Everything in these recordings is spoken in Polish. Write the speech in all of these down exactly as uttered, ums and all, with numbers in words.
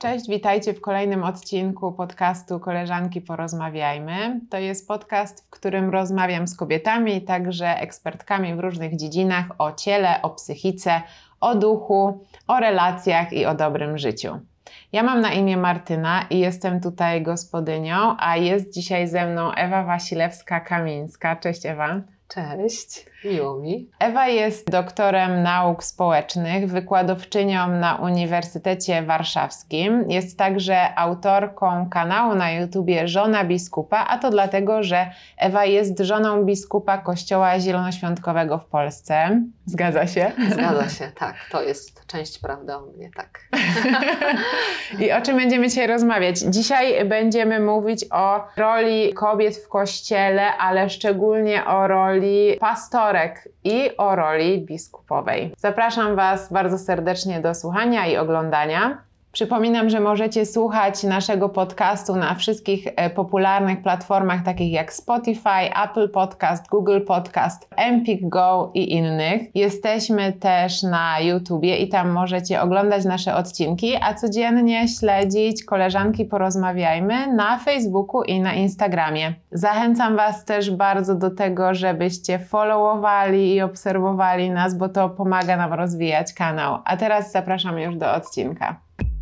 Cześć, witajcie w kolejnym odcinku podcastu Koleżanki Porozmawiajmy. To jest podcast, w którym rozmawiam z kobietami, także ekspertkami w różnych dziedzinach o ciele, o psychice, o duchu, o relacjach i o dobrym życiu. Ja mam na imię Martyna i jestem tutaj gospodynią, a jest dzisiaj ze mną Ewa Wasilewska-Kamińska. Cześć Ewa. Cześć, miło mi. Ewa jest doktorem nauk społecznych, wykładowczynią na Uniwersytecie Warszawskim. Jest także autorką kanału na YouTubie Żona Biskupa, a to dlatego, że Ewa jest żoną biskupa Kościoła Zielonoświątkowego w Polsce. Zgadza się? Zgadza się, tak. To jest część prawdy o mnie, tak. I o czym będziemy dzisiaj rozmawiać? Dzisiaj będziemy mówić o roli kobiet w Kościele, ale szczególnie o roli pastorek i o roli biskupowej. Zapraszam Was bardzo serdecznie do słuchania i oglądania. Przypominam, że możecie słuchać naszego podcastu na wszystkich popularnych platformach takich jak Spotify, Apple Podcast, Google Podcast, Empik Go i innych. Jesteśmy też na YouTubie i tam możecie oglądać nasze odcinki, a codziennie śledzić Koleżanki Porozmawiajmy na Facebooku i na Instagramie. Zachęcam Was też bardzo do tego, żebyście followowali i obserwowali nas, bo to pomaga nam rozwijać kanał. A teraz zapraszam już do odcinka.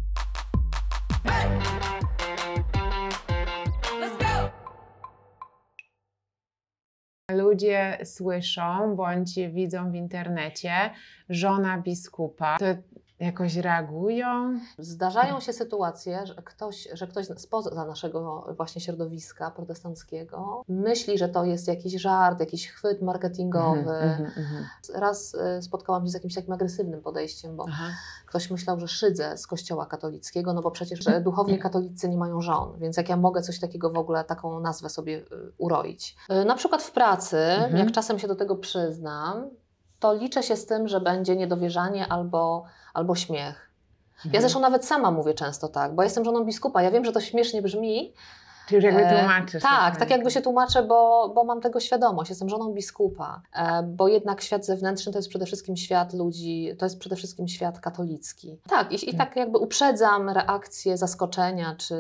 Ludzie słyszą bądź widzą w internecie żona biskupa. To jakoś reagują? Zdarzają się sytuacje, że ktoś, że ktoś spoza naszego właśnie środowiska protestanckiego myśli, że to jest jakiś żart, jakiś chwyt marketingowy. Mm-hmm, mm-hmm. Raz spotkałam się z jakimś takim agresywnym podejściem, bo Aha. ktoś myślał, że szydzę z kościoła katolickiego, no bo przecież duchowni katolicy nie mają żon, więc jak ja mogę coś takiego w ogóle, taką nazwę sobie uroić. Na przykład w pracy, mm-hmm. jak czasem się do tego przyznam, to liczę się z tym, że będzie niedowierzanie albo, albo śmiech. Mhm. Ja zresztą nawet sama mówię często tak, bo jestem żoną biskupa. Ja wiem, że to śmiesznie brzmi. Czy już jakby tłumaczysz? E, tak, tak jakby się tłumaczę, bo, bo mam tego świadomość. Jestem żoną biskupa, e, bo jednak świat zewnętrzny to jest przede wszystkim świat ludzi, to jest przede wszystkim świat katolicki. Tak, i, i tak jakby uprzedzam reakcje zaskoczenia, czy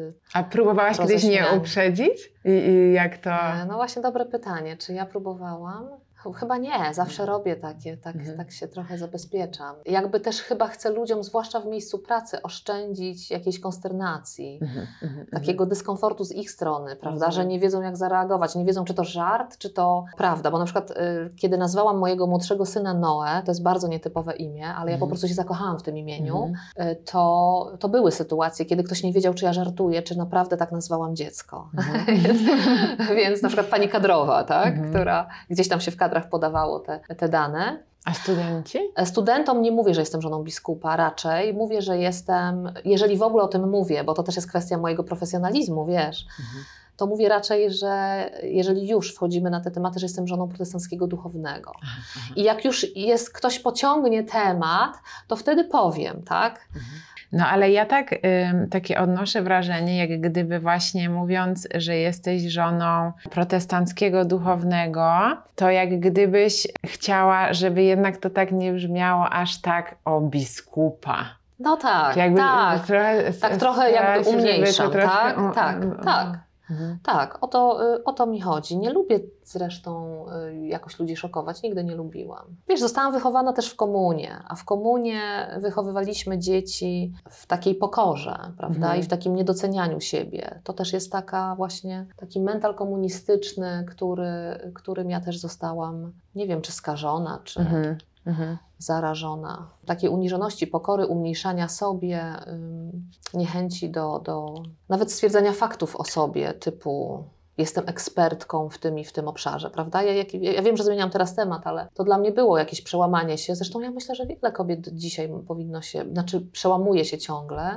A próbowałaś kiedyś nie uprzedzić? I, i jak to? E, no właśnie dobre pytanie, czy ja próbowałam? Chyba nie, zawsze robię takie, tak, mhm. tak się trochę zabezpieczam. Jakby też chyba chcę ludziom, zwłaszcza w miejscu pracy, oszczędzić jakiejś konsternacji, mhm. takiego dyskomfortu z ich strony, prawda, mhm. że nie wiedzą jak zareagować, nie wiedzą czy to żart, czy to prawda, bo na przykład y, kiedy nazwałam mojego młodszego syna Noe, to jest bardzo nietypowe imię, ale ja mhm. po prostu się zakochałam w tym imieniu, mhm. y, to, to były sytuacje, kiedy ktoś nie wiedział, czy ja żartuję, czy naprawdę tak nazwałam dziecko. Mhm. więc, więc na przykład pani kadrowa, tak, mhm. która gdzieś tam się w kadrach podawało te, te dane. A studenci? Studentom nie mówię, że jestem żoną biskupa, raczej mówię, że jestem, jeżeli w ogóle o tym mówię, bo to też jest kwestia mojego profesjonalizmu, wiesz, mhm. to mówię raczej, że jeżeli już wchodzimy na te tematy, że jestem żoną protestanckiego duchownego. Aha, aha. I jak już jest, ktoś pociągnie temat, to wtedy powiem, tak? Mhm. No ale ja tak, y, takie odnoszę wrażenie, jak gdyby właśnie mówiąc, że jesteś żoną protestanckiego duchownego, to jak gdybyś chciała, żeby jednak to tak nie brzmiało aż tak o biskupa. No tak, jakby tak, trochę, tak trochę jakby umniejszam, tak, um, tak, um, tak. Mhm. Tak, o to, o to mi chodzi. Nie lubię zresztą jakoś ludzi szokować, nigdy nie lubiłam. Wiesz, zostałam wychowana też w komunie, a w komunie wychowywaliśmy dzieci w takiej pokorze, prawda, mhm. i w takim niedocenianiu siebie. To też jest taka właśnie, taki mental komunistyczny, który, którym ja też zostałam, nie wiem, czy skażona, czy... Mhm. Mhm. zarażona. Takiej uniżoności, pokory, umniejszania sobie, ym, niechęci do, do nawet stwierdzenia faktów o sobie, typu jestem ekspertką w tym i w tym obszarze, prawda? Ja, jak, ja wiem, że zmieniam teraz temat, ale to dla mnie było jakieś przełamanie się. Zresztą ja myślę, że wiele kobiet dzisiaj powinno się, znaczy przełamuje się ciągle,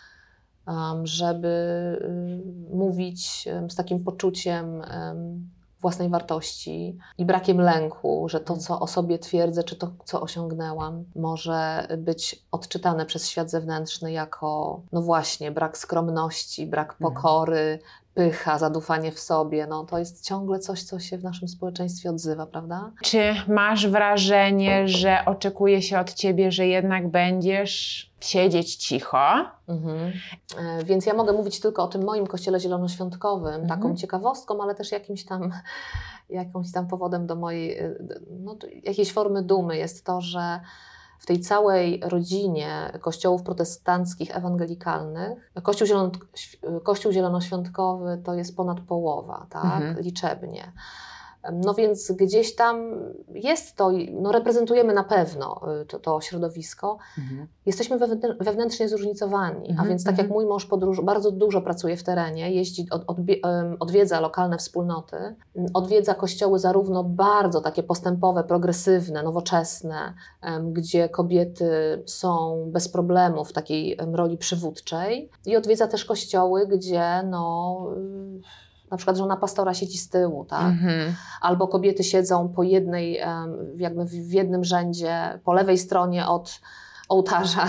um, żeby um, mówić um, z takim poczuciem um, własnej wartości i brakiem lęku, że to, co o sobie twierdzę, czy to, co osiągnęłam, może być odczytane przez świat zewnętrzny jako, no właśnie, brak skromności, brak pokory, pycha, zadufanie w sobie, no to jest ciągle coś, co się w naszym społeczeństwie odzywa, prawda? Czy masz wrażenie, że oczekuje się od ciebie, że jednak będziesz siedzieć cicho? Mhm. E, więc ja mogę mówić tylko o tym moim kościele zielonoświątkowym, mhm. taką ciekawostką, ale też jakimś tam, jakimś tam powodem do mojej, no, jakiejś formy dumy jest to, że w tej całej rodzinie kościołów protestanckich, ewangelikalnych, Kościół, Zielon, Kościół Zielonoświątkowy to jest ponad połowa, tak, mhm. liczebnie. No więc gdzieś tam jest to, no reprezentujemy na pewno to, to środowisko. Mhm. Jesteśmy wewnętrznie zróżnicowani, mhm. a więc tak jak mój mąż podróż, bardzo dużo pracuje w terenie, jeździ, od, odbie, odwiedza lokalne wspólnoty, odwiedza kościoły zarówno bardzo takie postępowe, progresywne, nowoczesne, gdzie kobiety są bez problemu w takiej roli przywódczej, i odwiedza też kościoły, gdzie no... na przykład żona pastora siedzi z tyłu, tak? Mm-hmm. Albo kobiety siedzą po jednej, jakby w jednym rzędzie, po lewej stronie od ołtarza,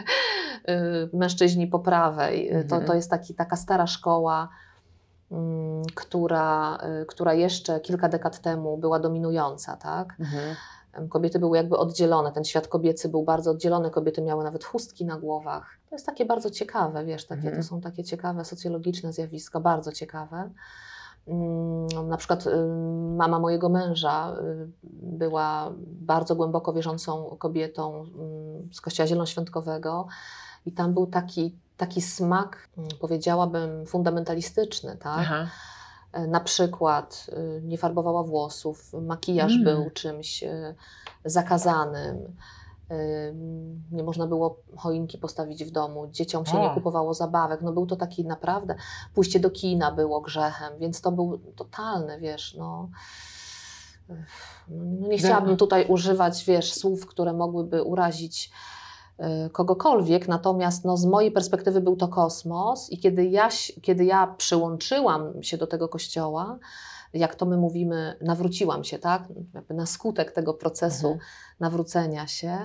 mężczyźni po prawej. Mm-hmm. To, to jest taki, taka stara szkoła, um, która, która jeszcze kilka dekad temu była dominująca, tak? Mm-hmm. Kobiety były jakby oddzielone, ten świat kobiecy był bardzo oddzielony, kobiety miały nawet chustki na głowach. To jest takie bardzo ciekawe, wiesz, takie, mhm. to są takie ciekawe socjologiczne zjawiska, bardzo ciekawe. Na przykład mama mojego męża była bardzo głęboko wierzącą kobietą z Kościoła Zielonoświątkowego i tam był taki, taki smak, powiedziałabym, fundamentalistyczny, tak? Aha. Na przykład nie farbowała włosów, makijaż mm. był czymś zakazanym, nie można było choinki postawić w domu, dzieciom się o. nie kupowało zabawek, no był to taki naprawdę, pójście do kina było grzechem, więc to był totalny, wiesz, no, no nie chciałabym tutaj używać, wiesz, słów, które mogłyby urazić kogokolwiek, natomiast no, z mojej perspektywy był to kosmos i kiedy ja, kiedy ja przyłączyłam się do tego kościoła, jak to my mówimy, nawróciłam się, tak? Jakby na skutek tego procesu mhm. nawrócenia się,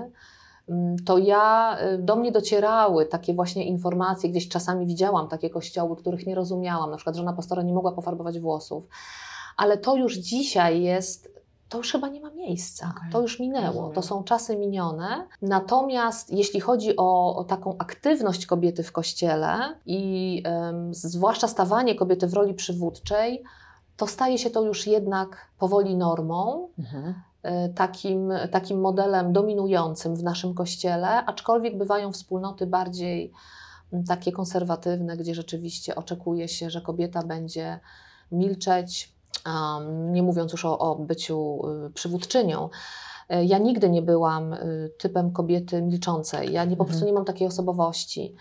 to ja, do mnie docierały takie właśnie informacje, gdzieś czasami widziałam takie kościoły, których nie rozumiałam, na przykład żona pastora nie mogła pofarbować włosów, ale to już dzisiaj jest, to już chyba nie ma miejsca, okay. to już minęło, Rozumiem. To są czasy minione. Natomiast jeśli chodzi o, o taką aktywność kobiety w kościele i um, zwłaszcza stawanie kobiety w roli przywódczej, to staje się to już jednak powoli normą, mhm. takim, takim modelem dominującym w naszym kościele, aczkolwiek bywają wspólnoty bardziej takie konserwatywne, gdzie rzeczywiście oczekuje się, że kobieta będzie milczeć, um, nie mówiąc już o, o byciu przywódczynią. Ja nigdy nie byłam typem kobiety milczącej, ja nie, po prostu nie mam takiej osobowości.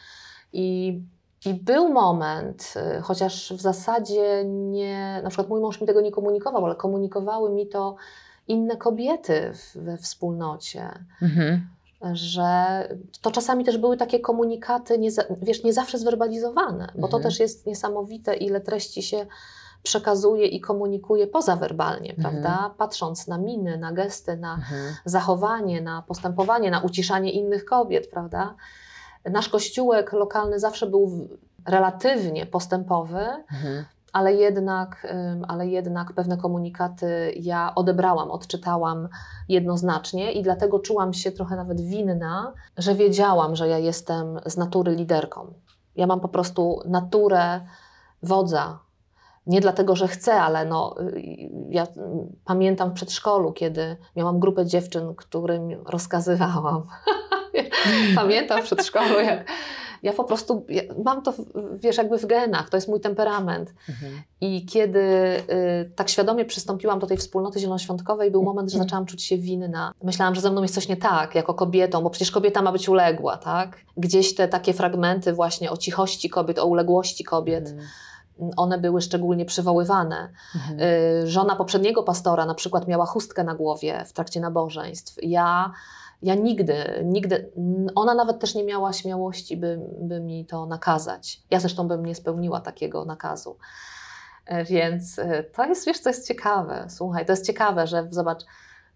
I I był moment, chociaż w zasadzie nie, na przykład mój mąż mi tego nie komunikował, ale komunikowały mi to inne kobiety w, we wspólnocie, mhm. że to czasami też były takie komunikaty, nie, wiesz, nie zawsze zwerbalizowane, bo mhm. to też jest niesamowite, ile treści się przekazuje i komunikuje pozawerbalnie, mhm. prawda? Patrząc na miny, na gesty, na mhm. zachowanie, na postępowanie, na uciszanie innych kobiet, prawda? Nasz kościółek lokalny zawsze był relatywnie postępowy, mhm. ale, jednak, ale jednak pewne komunikaty ja odebrałam, odczytałam jednoznacznie i dlatego czułam się trochę nawet winna, że wiedziałam, że ja jestem z natury liderką. Ja mam po prostu naturę wodza. Nie dlatego, że chcę, ale no, ja pamiętam w przedszkolu, kiedy miałam grupę dziewczyn, którym rozkazywałam. Pamiętam w przedszkolu, jak ja po prostu, ja mam to, wiesz, jakby w genach, to jest mój temperament. Mhm. I kiedy y, tak świadomie przystąpiłam do tej wspólnoty zielonoświątkowej, był moment, że zaczęłam czuć się winna. Myślałam, że ze mną jest coś nie tak, jako kobietą, bo przecież kobieta ma być uległa, tak? Gdzieś te takie fragmenty właśnie o cichości kobiet, o uległości kobiet, mhm. one były szczególnie przywoływane. Mhm. Y, żona poprzedniego pastora na przykład miała chustkę na głowie w trakcie nabożeństw. Ja Ja nigdy, nigdy, ona nawet też nie miała śmiałości, by, by mi to nakazać. Ja zresztą bym nie spełniła takiego nakazu. Więc to jest, wiesz, co jest ciekawe. Słuchaj, to jest ciekawe, że zobacz,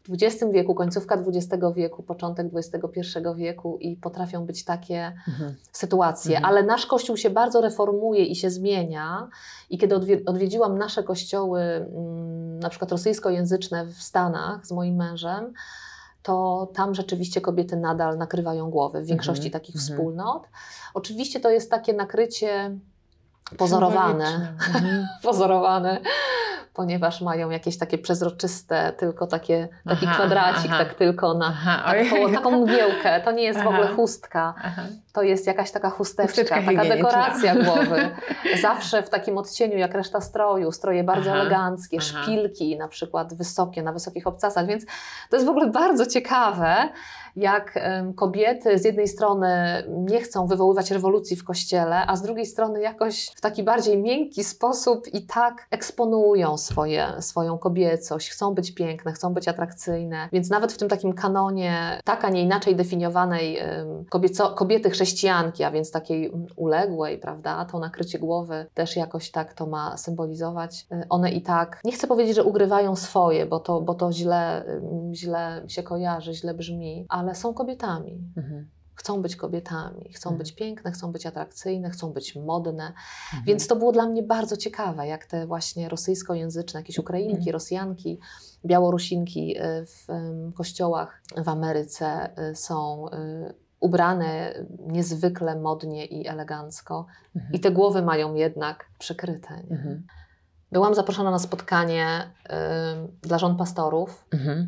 dwudziestym wieku, końcówka dwudziestego wieku, początek dwudziestego pierwszego wieku i potrafią być takie mhm. sytuacje. Mhm. Ale nasz Kościół się bardzo reformuje i się zmienia i kiedy odwiedziłam nasze kościoły, na przykład rosyjskojęzyczne w Stanach z moim mężem, to tam rzeczywiście kobiety nadal nakrywają głowy w większości mhm. takich mhm. wspólnot. Oczywiście to jest takie nakrycie pozorowane, mhm. pozorowane, ponieważ mają jakieś takie przezroczyste, tylko takie, taki aha, kwadracik, aha. tak tylko na aha, tak koło, taką mgiełkę. To nie jest aha. w ogóle chustka, aha. to jest jakaś taka chusteczka, Chusteczka taka dekoracja głowy. Zawsze w takim odcieniu jak reszta stroju, stroje bardzo aha. eleganckie, aha. szpilki na przykład wysokie, na wysokich obcasach, więc to jest w ogóle bardzo ciekawe, jak kobiety z jednej strony nie chcą wywoływać rewolucji w kościele, a z drugiej strony jakoś w taki bardziej miękki sposób i tak eksponują swoje, swoją kobiecość, chcą być piękne, chcą być atrakcyjne, więc nawet w tym takim kanonie tak, a nie inaczej definiowanej kobieco, kobiety chrześcijanki, a więc takiej uległej, prawda, to nakrycie głowy też jakoś tak to ma symbolizować. One i tak, nie chcę powiedzieć, że ugrywają swoje, bo to, bo to źle, źle się kojarzy, źle brzmi, ale są kobietami. Mhm. Chcą być kobietami, chcą mhm. być piękne, chcą być atrakcyjne, chcą być modne. Mhm. Więc to było dla mnie bardzo ciekawe, jak te właśnie rosyjskojęzyczne, jakieś Ukrainki, mhm. Rosjanki, Białorusinki w kościołach w Ameryce są ubrane niezwykle modnie i elegancko. Mhm. I te głowy mają jednak przykryte. Nie? Mhm. Byłam zaproszona na spotkanie y, dla żon pastorów. Mhm.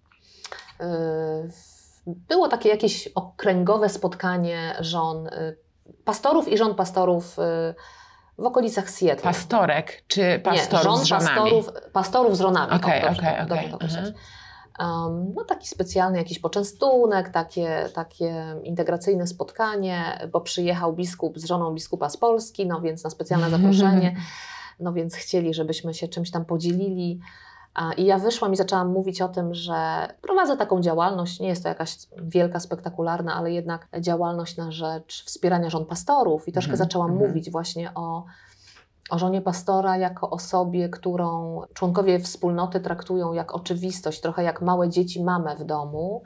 Y, Było takie jakieś okręgowe spotkanie żon pastorów i żon pastorów w okolicach Seattle. Pastorek czy pastorów Nie, żon z żonami? Pastorów, pastorów z żonami. Okej, okay, okej, okay, okej. Okay. Um, no taki specjalny jakiś poczęstunek, takie, takie integracyjne spotkanie, bo przyjechał biskup z żoną biskupa z Polski, no więc na specjalne zaproszenie, no więc chcieli, żebyśmy się czymś tam podzielili. I ja wyszłam i zaczęłam mówić o tym, że prowadzę taką działalność, nie jest to jakaś wielka, spektakularna, ale jednak działalność na rzecz wspierania żon pastorów i troszkę mm-hmm. zaczęłam mm-hmm. mówić właśnie o, o żonie pastora jako osobie, którą członkowie wspólnoty traktują jak oczywistość, trochę jak małe dzieci mamę w domu.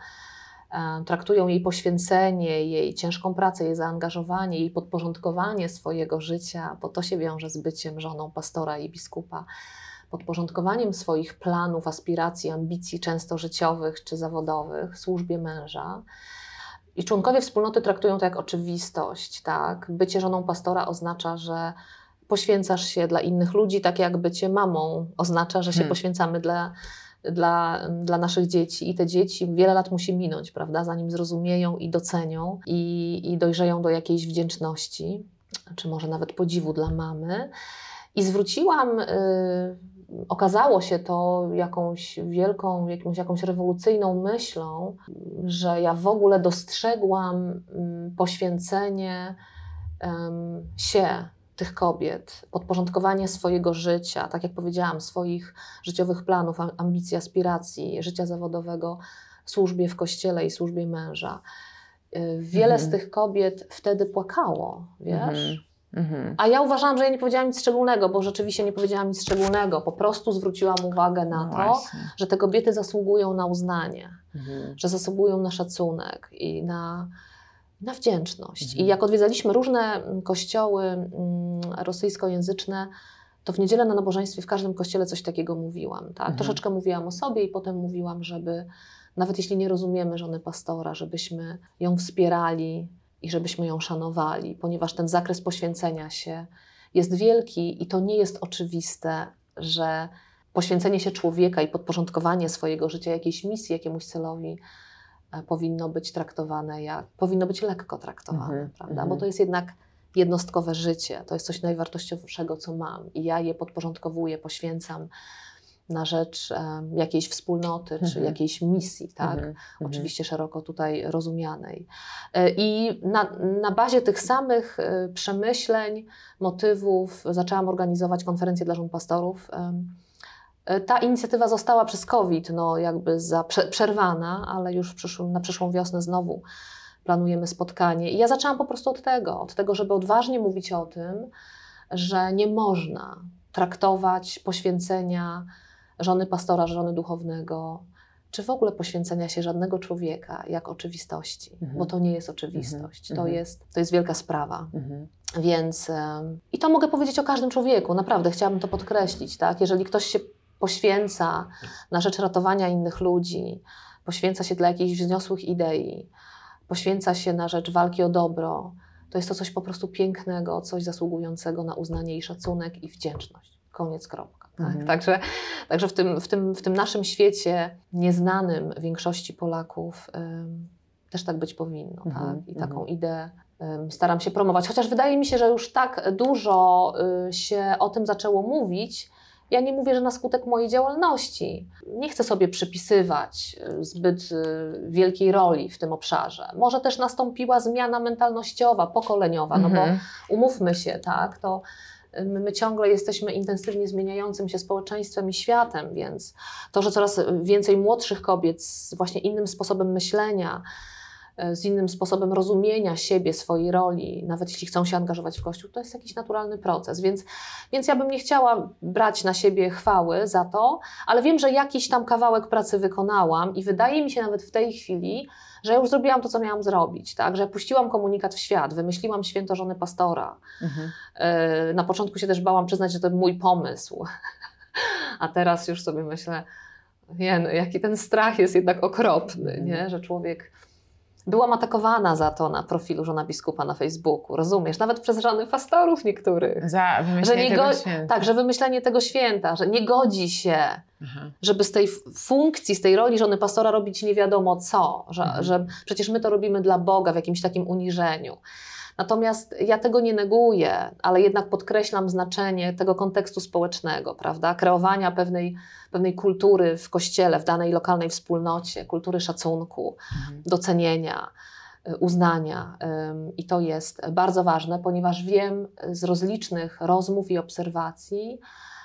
Traktują jej poświęcenie, jej ciężką pracę, jej zaangażowanie, jej podporządkowanie swojego życia, bo to się wiąże z byciem żoną pastora i biskupa. Podporządkowaniem swoich planów, aspiracji, ambicji często życiowych czy zawodowych służbie męża. I członkowie wspólnoty traktują to jak oczywistość. Tak? Bycie żoną pastora oznacza, że poświęcasz się dla innych ludzi, tak jak bycie mamą oznacza, że się hmm. poświęcamy dla, dla, dla naszych dzieci. I te dzieci wiele lat musi minąć, prawda? Zanim zrozumieją i docenią i, i dojrzeją do jakiejś wdzięczności, czy może nawet podziwu dla mamy. I zwróciłam... Yy, Okazało się to jakąś wielką, jakąś, jakąś rewolucyjną myślą, że ja w ogóle dostrzegłam poświęcenie um, się tych kobiet, podporządkowanie swojego życia, tak jak powiedziałam, swoich życiowych planów, ambicji, aspiracji, życia zawodowego, służbie w kościele i służbie męża. Wiele mhm. z tych kobiet wtedy płakało, wiesz? Mhm. Mhm. A ja uważałam, że ja nie powiedziałam nic szczególnego, bo rzeczywiście nie powiedziałam nic szczególnego. Po prostu zwróciłam uwagę na no to, właśnie. że te kobiety zasługują na uznanie, mhm. że zasługują na szacunek i na, na wdzięczność. Mhm. I jak odwiedzaliśmy różne kościoły mm, rosyjskojęzyczne, to w niedzielę na nabożeństwie w każdym kościele coś takiego mówiłam. Tak? Mhm. Troszeczkę mówiłam o sobie i potem mówiłam, żeby nawet jeśli nie rozumiemy żony pastora, żebyśmy ją wspierali, i żebyśmy ją szanowali, ponieważ ten zakres poświęcenia się jest wielki i to nie jest oczywiste, że poświęcenie się człowieka i podporządkowanie swojego życia jakiejś misji, jakiemuś celowi powinno być traktowane jak, powinno być lekko traktowane, mm-hmm, prawda? Mm-hmm. Bo to jest jednak jednostkowe życie, to jest coś najwartościowszego, co mam i ja je podporządkowuję, poświęcam na rzecz um, jakiejś wspólnoty, czy mhm. jakiejś misji, tak? Mhm. Oczywiście szeroko tutaj rozumianej. I na, na bazie tych samych przemyśleń, motywów zaczęłam organizować konferencję dla żon pastorów. Ta inicjatywa została przez COVID no, jakby za, prze, przerwana, ale już w przyszłym, na przyszłą wiosnę znowu planujemy spotkanie. I ja zaczęłam po prostu od tego, od tego, żeby odważnie mówić o tym, że nie można traktować poświęcenia żony pastora, żony duchownego, czy w ogóle poświęcenia się żadnego człowieka jak oczywistości, mhm. bo to nie jest oczywistość, mhm. to, jest, to jest wielka sprawa. Mhm. Więc um, i to mogę powiedzieć o każdym człowieku, naprawdę chciałabym to podkreślić, tak? Jeżeli ktoś się poświęca na rzecz ratowania innych ludzi, poświęca się dla jakichś wzniosłych idei, poświęca się na rzecz walki o dobro, to jest to coś po prostu pięknego, coś zasługującego na uznanie i szacunek i wdzięczność. Koniec, kropka. Tak? Mhm. Także, także w, tym, w, tym, w tym naszym świecie nieznanym większości Polaków ym, też tak być powinno. Mhm. Tak? I taką mhm. ideę ym, staram się promować. Chociaż wydaje mi się, że już tak dużo y, się o tym zaczęło mówić. Ja nie mówię, że na skutek mojej działalności. Nie chcę sobie przypisywać zbyt wielkiej roli w tym obszarze. Może też nastąpiła zmiana mentalnościowa, pokoleniowa, no bo umówmy się, tak, to my ciągle jesteśmy intensywnie zmieniającym się społeczeństwem i światem, więc to, że coraz więcej młodszych kobiet z właśnie innym sposobem myślenia, z innym sposobem rozumienia siebie, swojej roli, nawet jeśli chcą się angażować w Kościół, to jest jakiś naturalny proces. Więc, więc ja bym nie chciała brać na siebie chwały za to, ale wiem, że jakiś tam kawałek pracy wykonałam i wydaje mi się nawet w tej chwili, że ja już zrobiłam to, co miałam zrobić, tak? Że ja puściłam komunikat w świat, wymyśliłam święto żony pastora. Mhm. Na początku się też bałam przyznać, że to mój pomysł, a teraz już sobie myślę, nie, no, jaki ten strach jest jednak okropny, mhm. nie? Że człowiek... Byłam atakowana za to na profilu żona biskupa na Facebooku, rozumiesz? Nawet przez żony pastorów niektórych. Za wymyślenie że nie tego święta. Tak, że wymyślenie tego święta, że nie godzi się, Aha. żeby z tej funkcji, z tej roli żony pastora robić nie wiadomo co, że, mhm. że przecież my to robimy dla Boga w jakimś takim uniżeniu. Natomiast ja tego nie neguję, ale jednak podkreślam znaczenie tego kontekstu społecznego, prawda? Kreowania pewnej, pewnej kultury w kościele, w danej lokalnej wspólnocie, kultury szacunku, mhm. docenienia, uznania. I to jest bardzo ważne, ponieważ wiem z rozlicznych rozmów i obserwacji,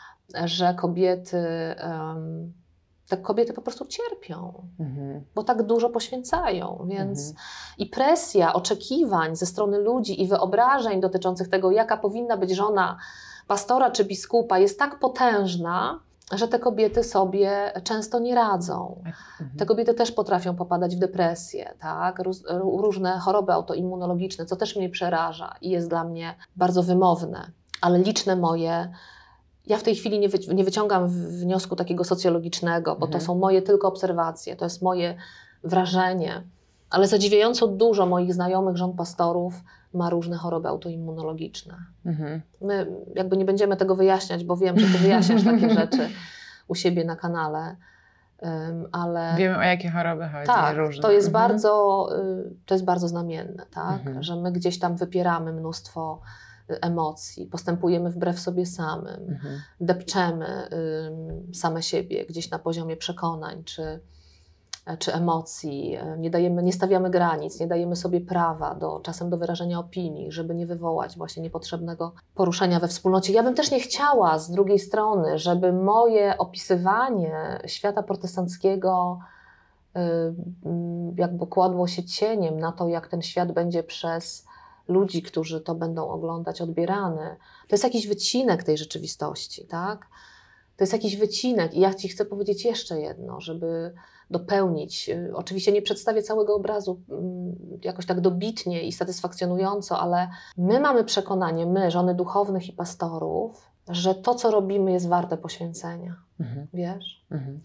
że kobiety... Um, te kobiety po prostu cierpią, mhm. bo tak dużo poświęcają, więc mhm. i presja oczekiwań ze strony ludzi i wyobrażeń dotyczących tego, jaka powinna być żona pastora czy biskupa, jest tak potężna, że te kobiety sobie często nie radzą. Mhm. Te kobiety też potrafią popadać w depresję, tak? Róz, różne choroby autoimmunologiczne, co też mnie przeraża i jest dla mnie bardzo wymowne, ale liczne moje. Ja w tej chwili nie, wy, nie wyciągam wniosku takiego socjologicznego, bo mhm. to są moje tylko obserwacje, to jest moje wrażenie, ale zadziwiająco dużo moich znajomych żon pastorów ma różne choroby autoimmunologiczne. Mhm. My jakby nie będziemy tego wyjaśniać, bo wiem, że ty wyjaśniasz takie rzeczy u siebie na kanale, um, ale... Wiemy, o jakie choroby chodzi. Tak, różne. To, jest mhm. bardzo, to jest bardzo znamienne, tak? Mhm. Że my gdzieś tam wypieramy mnóstwo emocji, postępujemy wbrew sobie samym, mhm. depczemy y, same siebie gdzieś na poziomie przekonań czy, czy emocji, nie, dajemy, nie stawiamy granic, nie dajemy sobie prawa do, czasem do wyrażenia opinii, żeby nie wywołać właśnie niepotrzebnego poruszenia we wspólnocie. Ja bym też nie chciała z drugiej strony, żeby moje opisywanie świata protestanckiego y, y, jakby kładło się cieniem na to, jak ten świat będzie przez ludzi, którzy to będą oglądać, odbierane. To jest jakiś wycinek tej rzeczywistości, tak? To jest jakiś wycinek i ja Ci chcę powiedzieć jeszcze jedno, żeby dopełnić. Oczywiście nie przedstawię całego obrazu jakoś tak dobitnie i satysfakcjonująco, ale my mamy przekonanie, my, żony duchownych i pastorów, że to, co robimy, jest warte poświęcenia. Mhm. Wiesz? Mhm.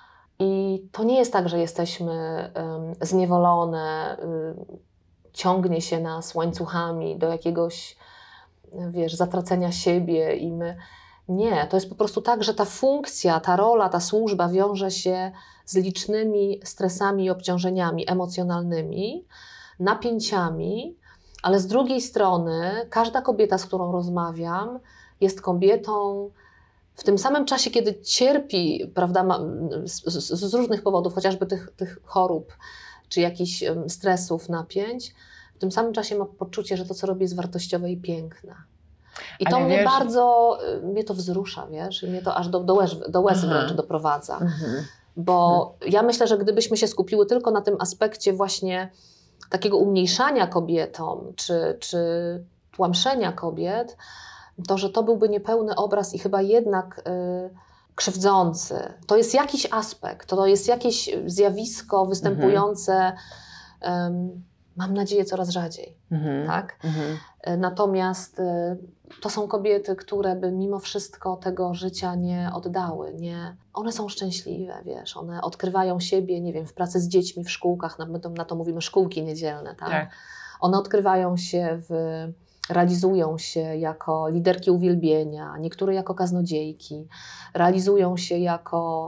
I to nie jest tak, że jesteśmy um, zniewolone, um, ciągnie się nas łańcuchami do jakiegoś, wiesz, zatracenia siebie i my... Nie, to jest po prostu tak, że ta funkcja, ta rola, ta służba wiąże się z licznymi stresami i obciążeniami emocjonalnymi, napięciami, ale z drugiej strony każda kobieta, z którą rozmawiam, jest kobietą w tym samym czasie, kiedy cierpi, prawda, z, z, z różnych powodów, chociażby tych, tych chorób, czy jakichś stresów, napięć, w tym samym czasie ma poczucie, że to, co robi, jest wartościowe i piękne. I to Ale mnie wiesz... bardzo, mnie to wzrusza, wiesz, i mnie to aż do, do łez, do łez wręcz doprowadza. Mhm. Bo mhm. ja myślę, że gdybyśmy się skupiły tylko na tym aspekcie właśnie takiego umniejszania kobietom, czy, czy tłamszenia kobiet, to że to byłby niepełny obraz i chyba jednak y, krzywdzący. To jest jakiś aspekt, to jest jakieś zjawisko występujące, mhm. um, mam nadzieję, coraz rzadziej. Mhm. Tak? Mhm. Natomiast y, to są kobiety, które by mimo wszystko tego życia nie oddały. Nie. One są szczęśliwe, wiesz, one odkrywają siebie, nie wiem, w pracy z dziećmi, w szkółkach, na, na to mówimy szkółki niedzielne, tak? Tak. One odkrywają się, w, realizują się jako liderki uwielbienia, niektóre jako kaznodziejki, realizują się jako...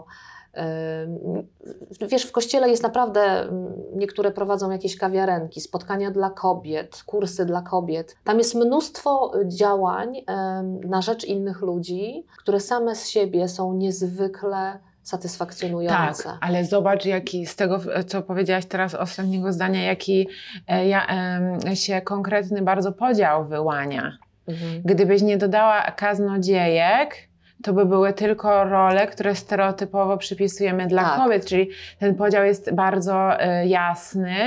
Wiesz, w kościele jest naprawdę, niektóre prowadzą jakieś kawiarenki, spotkania dla kobiet, kursy dla kobiet. Tam jest mnóstwo działań na rzecz innych ludzi, które same z siebie są niezwykle satysfakcjonujące. Tak, ale zobacz, jaki z tego, co powiedziałaś teraz ostatniego zdania, jaki ja, się konkretny bardzo podział wyłania. Mhm. Gdybyś nie dodała kaznodziejek, to by były tylko role, które stereotypowo przypisujemy dla tak. kobiet, czyli ten podział jest bardzo y, jasny.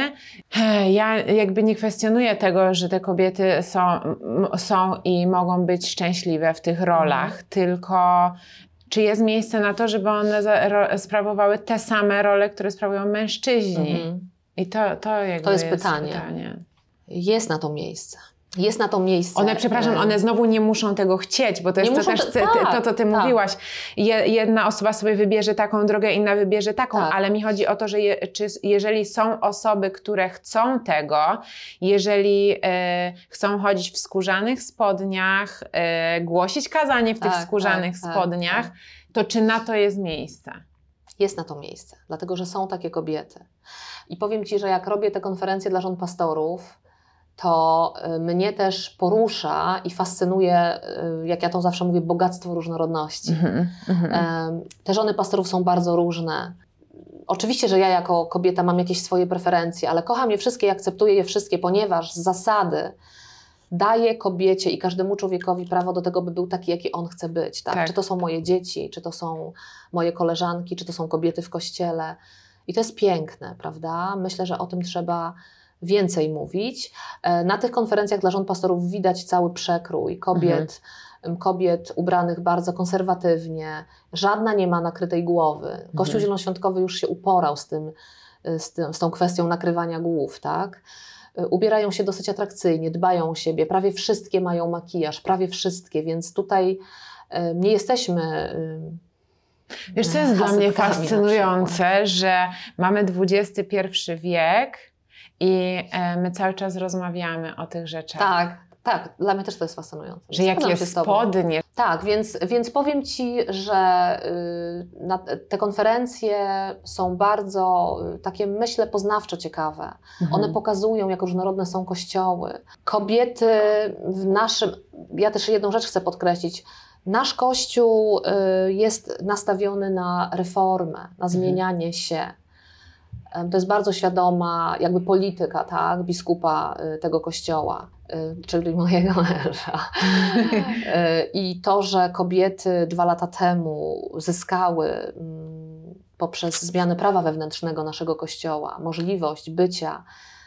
Ja jakby nie kwestionuję tego, że te kobiety są, m, są i mogą być szczęśliwe w tych rolach, mhm. tylko czy jest miejsce na to, żeby one za, ro, sprawowały te same role, które sprawują mężczyźni? Mhm. I to, to, jakby to jest, jest pytanie. pytanie. Jest na to miejsce. Jest na to miejsce. One, przepraszam, one znowu nie muszą tego chcieć, bo to jest to też te, tak, to, co ty tak. mówiłaś. Je, jedna osoba sobie wybierze taką drogę, inna wybierze taką, tak. ale mi chodzi o to, że je, czy, jeżeli są osoby, które chcą tego, jeżeli e, chcą chodzić w skórzanych spodniach, e, głosić kazanie w tak, tych skórzanych tak, spodniach, tak, tak. to czy na to jest miejsce? Jest na to miejsce, dlatego że są takie kobiety. I powiem Ci, że jak robię te konferencje dla żon pastorów, to mnie też porusza i fascynuje, jak ja to zawsze mówię, bogactwo różnorodności. Mm-hmm, mm-hmm. Te żony pastorów są bardzo różne. Oczywiście, że ja jako kobieta mam jakieś swoje preferencje, ale kocham je wszystkie i akceptuję je wszystkie, ponieważ z zasady daję kobiecie i każdemu człowiekowi prawo do tego, by był taki, jaki on chce być. Tak? Tak. Czy to są moje dzieci, czy to są moje koleżanki, czy to są kobiety w kościele. I to jest piękne, prawda? Myślę, że o tym trzeba więcej mówić. Na tych konferencjach dla żon pastorów widać cały przekrój kobiet, mhm. kobiet ubranych bardzo konserwatywnie. Żadna nie ma nakrytej głowy. Kościół mhm. Zielonoświątkowy już się uporał z, tym, z, tym, z tą kwestią nakrywania głów, tak? Ubierają się dosyć atrakcyjnie, dbają o siebie. Prawie wszystkie mają makijaż, prawie wszystkie, więc tutaj nie jesteśmy... Wiesz, co jest dla mnie fascynujące, że mamy dwudziesty pierwszy wiek i my cały czas rozmawiamy o tych rzeczach. Tak, tak. Dla mnie też to jest fascynujące. Że jakie spodnie. Tak, więc, więc powiem Ci, że y, na, te konferencje są bardzo y, takie, myślę, poznawczo ciekawe. Mhm. One pokazują, jak różnorodne są kościoły. Kobiety w naszym... Ja też jedną rzecz chcę podkreślić. Nasz Kościół y, jest nastawiony na reformę, na zmienianie mhm. się. To jest bardzo świadoma jakby polityka, tak, biskupa tego kościoła, czyli mojego męża. I to, że kobiety dwa lata temu zyskały poprzez zmianę prawa wewnętrznego naszego kościoła możliwość bycia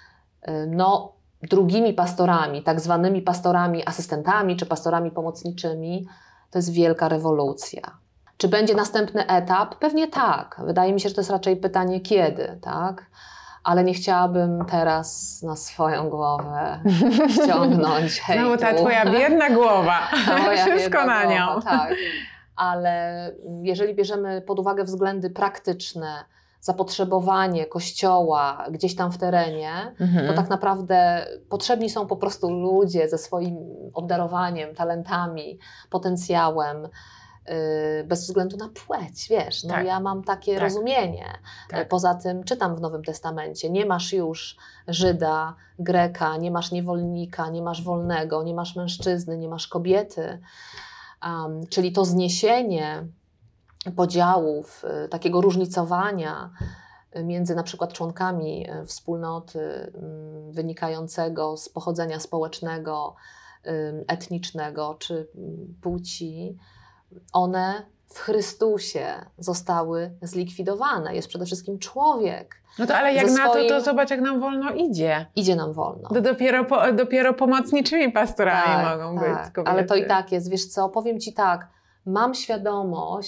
no, drugimi pastorami, tak zwanymi pastorami asystentami czy pastorami pomocniczymi, to jest wielka rewolucja. Czy będzie następny etap? Pewnie tak. Wydaje mi się, że to jest raczej pytanie kiedy, tak? Ale nie chciałabym teraz na swoją głowę ściągnąć hejtu. Znowu ta twoja biedna głowa. Moja Wszystko na nią. Głowa, tak. Ale jeżeli bierzemy pod uwagę względy praktyczne, zapotrzebowanie kościoła gdzieś tam w terenie, mhm. to tak naprawdę potrzebni są po prostu ludzie ze swoim obdarowaniem, talentami, potencjałem, bez względu na płeć, wiesz, no tak. ja mam takie tak. rozumienie. Tak. Poza tym czytam w Nowym Testamencie, nie masz już Żyda, Greka, nie masz niewolnika, nie masz wolnego, nie masz mężczyzny, nie masz kobiety, um, czyli to zniesienie podziałów, takiego różnicowania między na przykład członkami wspólnoty wynikającego z pochodzenia społecznego, etnicznego czy płci, one w Chrystusie zostały zlikwidowane. Jest przede wszystkim człowiek. No to ale jak na swoim... to, to zobacz, jak nam wolno idzie. Idzie nam wolno. To dopiero, po, dopiero pomocniczymi pastorami tak, mogą tak. być kobiety. Ale to i tak jest. Wiesz co, powiem Ci tak, mam świadomość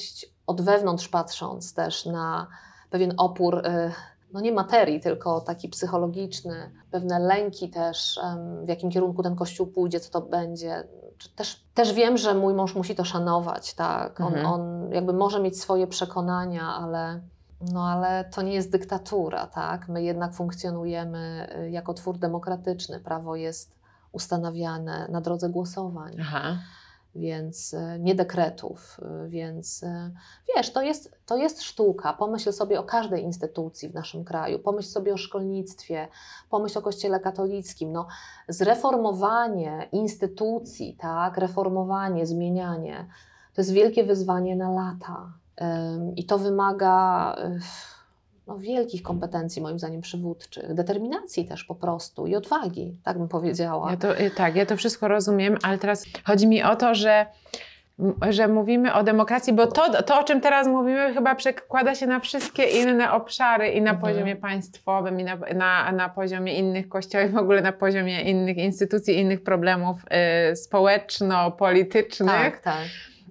od wewnątrz patrząc też na pewien opór, no nie materii, tylko taki psychologiczny, pewne lęki też, w jakim kierunku ten Kościół pójdzie, co to będzie. Też, też wiem, że mój mąż musi to szanować, tak? On, mhm. on jakby może mieć swoje przekonania, ale, no ale to nie jest dyktatura, tak? My jednak funkcjonujemy jako twór demokratyczny. Prawo jest ustanawiane na drodze głosowań. Aha. Więc nie dekretów, więc wiesz, to jest, to jest sztuka. Pomyśl sobie o każdej instytucji w naszym kraju, pomyśl sobie o szkolnictwie, pomyśl o Kościele katolickim. No, zreformowanie instytucji, tak, reformowanie, zmienianie, to jest wielkie wyzwanie na lata i to wymaga no, wielkich kompetencji, moim zdaniem, przywódczych, determinacji też po prostu i odwagi, tak bym powiedziała. Ja to, tak, ja to wszystko rozumiem, ale teraz chodzi mi o to, że, że mówimy o demokracji, bo to, to, o czym teraz mówimy, chyba przekłada się na wszystkie inne obszary i na mhm. poziomie państwowym, i na, na, na poziomie innych kościołów, w ogóle na poziomie innych instytucji, innych problemów y, społeczno-politycznych. Tak, tak.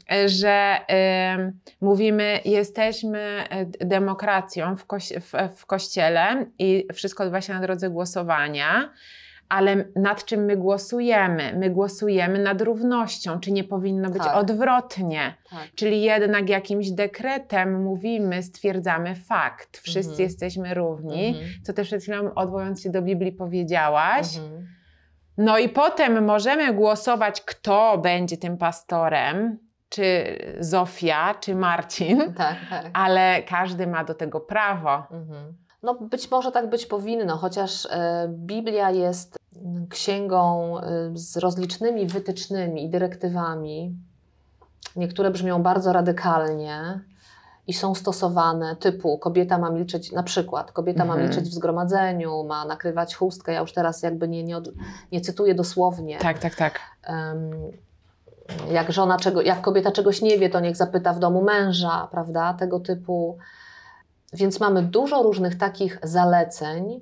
Że y, mówimy, jesteśmy demokracją w, koś w, w Kościele i wszystko odbywa się na drodze głosowania, ale nad czym my głosujemy? My głosujemy nad równością, czy nie powinno być tak. odwrotnie? Tak. Czyli jednak jakimś dekretem mówimy, stwierdzamy fakt, wszyscy mhm. jesteśmy równi, mhm. co też przed chwilą odwołując się do Biblii powiedziałaś. Mhm. No i potem możemy głosować, kto będzie tym pastorem, czy Zofia, czy Marcin, tak, tak. ale każdy ma do tego prawo. Mhm. No być może tak być powinno, chociaż e, Biblia jest księgą e, z rozlicznymi wytycznymi i dyrektywami. Niektóre brzmią bardzo radykalnie i są stosowane typu kobieta ma milczeć, na przykład kobieta mhm. ma milczeć w zgromadzeniu, ma nakrywać chustkę, ja już teraz jakby nie, nie, od, nie cytuję dosłownie. Tak, tak, tak. Um, Jak żona, czego, jak kobieta czegoś nie wie, to niech zapyta w domu męża, prawda, tego typu. Więc mamy dużo różnych takich zaleceń,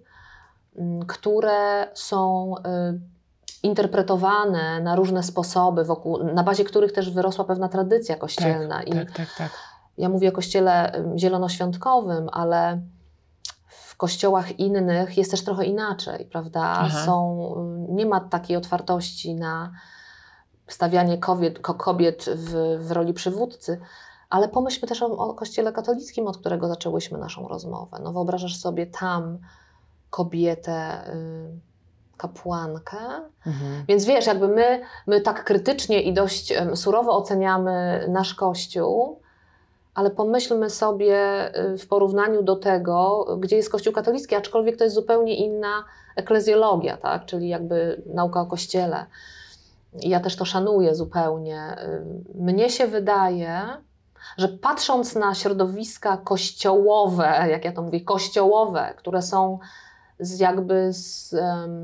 które są y, interpretowane na różne sposoby, wokół, na bazie których też wyrosła pewna tradycja kościelna. Tak, I tak, tak, tak. Ja mówię o kościele zielonoświątkowym, ale w kościołach innych jest też trochę inaczej, prawda? Są, nie ma takiej otwartości na stawianie kobiet, kobiet w, w roli przywódcy, ale pomyślmy też o, o Kościele katolickim, od którego zaczęłyśmy naszą rozmowę. No wyobrażasz sobie tam kobietę, y, kapłankę, mhm. więc wiesz, jakby my, my tak krytycznie i dość um, surowo oceniamy nasz Kościół, ale pomyślmy sobie y, w porównaniu do tego, gdzie jest Kościół katolicki, aczkolwiek to jest zupełnie inna eklezjologia, tak? Czyli jakby nauka o Kościele. Ja też to szanuję zupełnie. Mnie się wydaje, że patrząc na środowiska kościołowe, jak ja to mówię, kościołowe, które są z jakby z,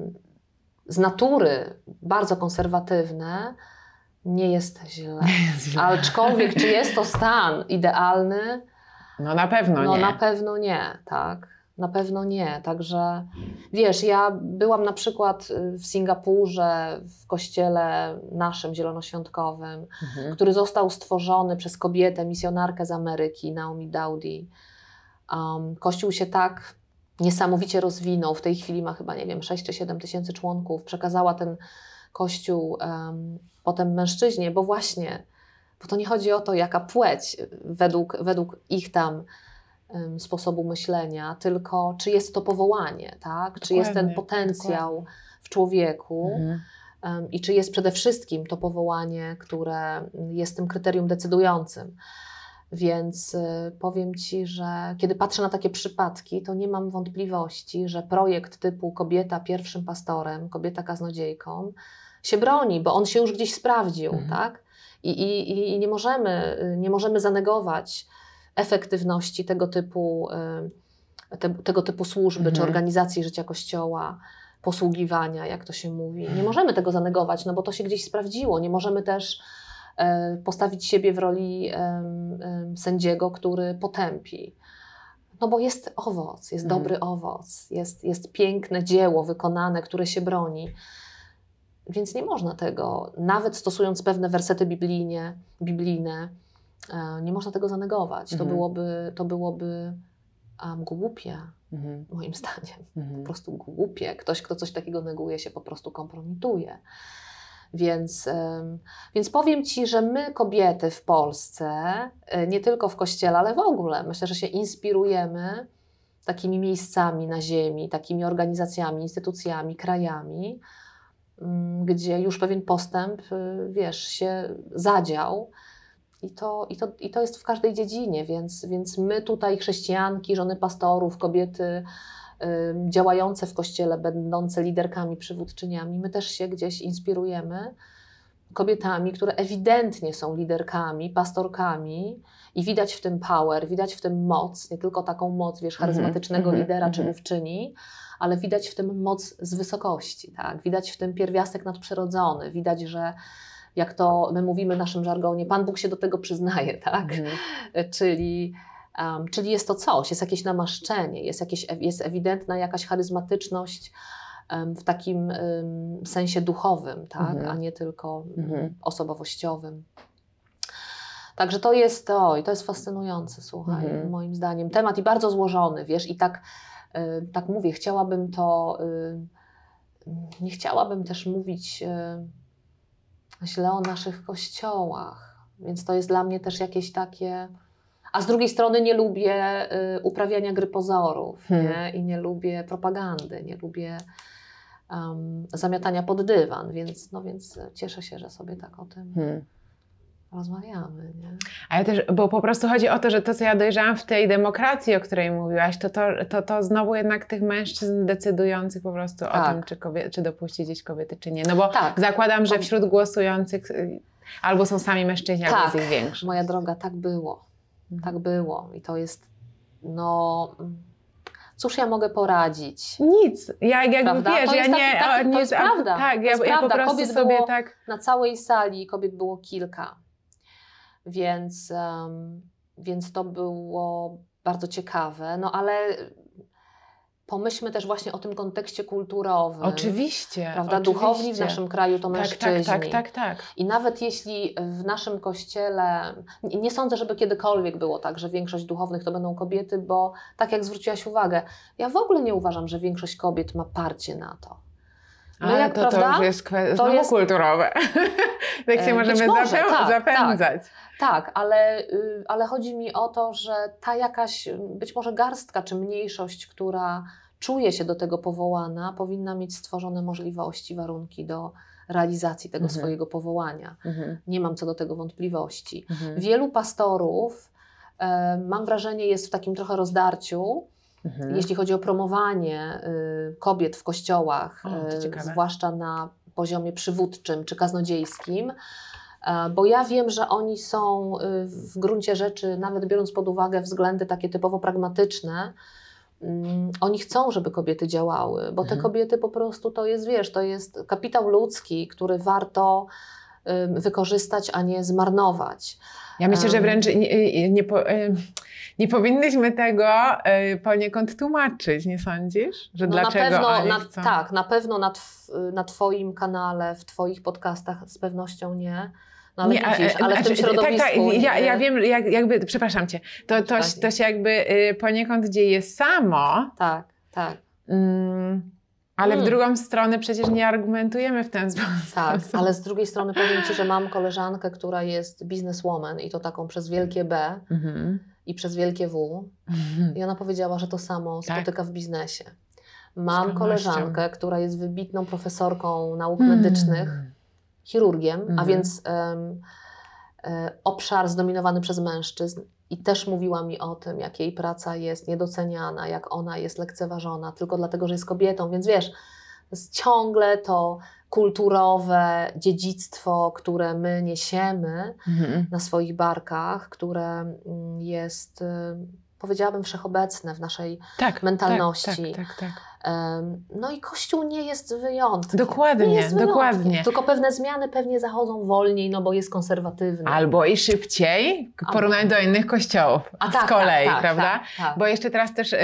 z natury bardzo konserwatywne, nie jest źle. Nie jest źle. Aczkolwiek czy jest to stan idealny? No na pewno no, nie. No na pewno nie, tak. Na pewno nie, także wiesz, ja byłam na przykład w Singapurze, w kościele naszym zielonoświątkowym, mhm. który został stworzony przez kobietę, misjonarkę z Ameryki, Naomi Dowdy. Um, kościół się tak niesamowicie rozwinął, w tej chwili ma chyba, nie wiem, sześć czy siedem tysięcy członków, przekazała ten kościół um, potem mężczyźnie, bo właśnie, bo to nie chodzi o to, jaka płeć według, według ich tam sposobu myślenia, tylko czy jest to powołanie, tak? Dokładnie, czy jest ten potencjał dokładnie. w człowieku mhm. um, i czy jest przede wszystkim to powołanie, które jest tym kryterium decydującym. Więc y, powiem Ci, że kiedy patrzę na takie przypadki, to nie mam wątpliwości, że projekt typu kobieta pierwszym pastorem, kobieta kaznodziejką się broni, bo on się już gdzieś sprawdził, mhm. tak? I, i, i nie możemy, nie możemy zanegować efektywności tego typu, te, tego typu służby, mhm. czy organizacji życia Kościoła, posługiwania, jak to się mówi. Nie możemy tego zanegować, no bo to się gdzieś sprawdziło. Nie możemy też e, postawić siebie w roli e, e, sędziego, który potępi. No bo jest owoc, jest mhm. dobry owoc, jest, jest piękne dzieło wykonane, które się broni. Więc nie można tego, nawet stosując pewne wersety biblijne, biblijne Nie można tego zanegować. Mhm. To byłoby, to byłoby um, głupie, mhm. moim zdaniem. Mhm. Po prostu głupie. Ktoś, kto coś takiego neguje, się po prostu kompromituje. Więc, um, więc powiem Ci, że my kobiety w Polsce, nie tylko w Kościele, ale w ogóle, myślę, że się inspirujemy takimi miejscami na ziemi, takimi organizacjami, instytucjami, krajami, um, gdzie już pewien postęp, wiesz, się zadział. I to, i, to, I to jest w każdej dziedzinie, więc, więc my tutaj chrześcijanki, żony pastorów, kobiety y, działające w Kościele, będące liderkami, przywódczyniami, my też się gdzieś inspirujemy kobietami, które ewidentnie są liderkami, pastorkami i widać w tym power, widać w tym moc, nie tylko taką moc, wiesz, charyzmatycznego mm-hmm, lidera mm-hmm. czy mówczyni, ale widać w tym moc z wysokości, tak? Widać w tym pierwiastek nadprzyrodzony, widać, że jak to my mówimy w naszym żargonie, Pan Bóg się do tego przyznaje, tak? Mm. Czyli, um, czyli jest to coś, jest jakieś namaszczenie, jest, jakieś, jest ewidentna jakaś charyzmatyczność um, w takim um, sensie duchowym, tak? Mm. A nie tylko mm. osobowościowym. Także to jest to i to jest fascynujące, słuchaj, mm. moim zdaniem. Temat i bardzo złożony, wiesz, i tak, y, tak mówię, chciałabym to, y, nie chciałabym też mówić y, źle o naszych kościołach, więc to jest dla mnie też jakieś takie... A z drugiej strony nie lubię y, uprawiania gry pozorów, hmm. nie? I nie lubię propagandy, nie lubię um, zamiatania pod dywan, więc, no, więc cieszę się, że sobie tak o tym hmm. rozmawiamy. Nie? Ale też, bo po prostu chodzi o to, że to, co ja dojrzałam w tej demokracji, o której mówiłaś, to to, to, to znowu jednak tych mężczyzn decydujących po prostu tak. o tym, czy, kobiety, czy dopuścić gdzieś kobiety, czy nie. No bo tak. zakładam, że wśród głosujących albo są sami mężczyźni, tak. albo jest ich większość. Moja droga, tak było. Mhm. Tak było. I to jest, no... Cóż ja mogę poradzić? Nic. Ja jakby prawda? wiesz, to ja jest nie... Taki, taki, to nie jest a, prawda. Tak, to ja, jest ja prawda. po prostu kobiet sobie było, tak... Na całej sali kobiet było kilka. Więc, um, więc to było bardzo ciekawe. No ale pomyślmy też właśnie o tym kontekście kulturowym. Oczywiście. Prawda? Oczywiście. Duchowni w naszym kraju to mężczyźni. Tak, tak, tak, tak, tak. I nawet jeśli w naszym kościele, nie, nie sądzę, żeby kiedykolwiek było tak, że większość duchownych to będą kobiety, bo tak jak zwróciłaś uwagę, ja w ogóle nie uważam, że większość kobiet ma parcie na to. My Ale jak, to, prawda, to już jest kwestia znowu jest... kulturowe. Tak się możemy może, zapę- tak, zapędzać. Tak, tak ale, ale chodzi mi o to, że ta jakaś być może garstka czy mniejszość, która czuje się do tego powołana, powinna mieć stworzone możliwości, warunki do realizacji tego mhm. swojego powołania. Mhm. Nie mam co do tego wątpliwości. Mhm. Wielu pastorów, e, mam wrażenie, jest w takim trochę rozdarciu, mhm. jeśli chodzi o promowanie y, kobiet w kościołach, o, y, zwłaszcza na poziomie przywódczym czy kaznodziejskim, y, bo ja wiem, że oni są y, w gruncie rzeczy, nawet biorąc pod uwagę względy takie typowo pragmatyczne, y, oni chcą, żeby kobiety działały, bo mhm. te kobiety po prostu to jest, wiesz, to jest kapitał ludzki, który warto y, wykorzystać, a nie zmarnować. Ja myślę, że wręcz nie, nie, po, nie powinnyśmy tego poniekąd tłumaczyć, nie sądzisz? Że no dlaczego na pewno, oni na, chcą? Tak, na pewno na, tw, na Twoim kanale, w Twoich podcastach z pewnością nie. No ale nie, widzisz, ale w tym środowisku... Tak, tak, ja, ja wiem, jak, jakby, przepraszam Cię, to, to, to się jakby poniekąd dzieje samo. Tak, tak. Mm. Ale mm. w drugą stronę przecież nie argumentujemy w ten sposób. Tak, ale z drugiej strony powiem Ci, że mam koleżankę, która jest businesswoman i to taką przez wielkie B mm-hmm. i przez wielkie W. Mm-hmm. I ona powiedziała, że to samo tak. spotyka w biznesie. Mam koleżankę, która jest wybitną profesorką nauk mm. medycznych, chirurgiem, mm. a więc um, e, obszar zdominowany przez mężczyzn. I też mówiła mi o tym, jak jej praca jest niedoceniana, jak ona jest lekceważona, tylko dlatego, że jest kobietą. Więc wiesz, to jest ciągle to kulturowe dziedzictwo, które my niesiemy mhm. na swoich barkach, które jest, powiedziałabym, wszechobecne w naszej tak, mentalności. Tak, tak, tak, No i Kościół nie jest wyjątkiem. Dokładnie, nie jest wyjątkiem. dokładnie. Tylko pewne zmiany pewnie zachodzą wolniej, no bo jest konserwatywny. Albo i szybciej w porównaniu do innych kościołów A z tak, kolei, tak, tak, prawda? Tak, tak. Bo jeszcze teraz też y,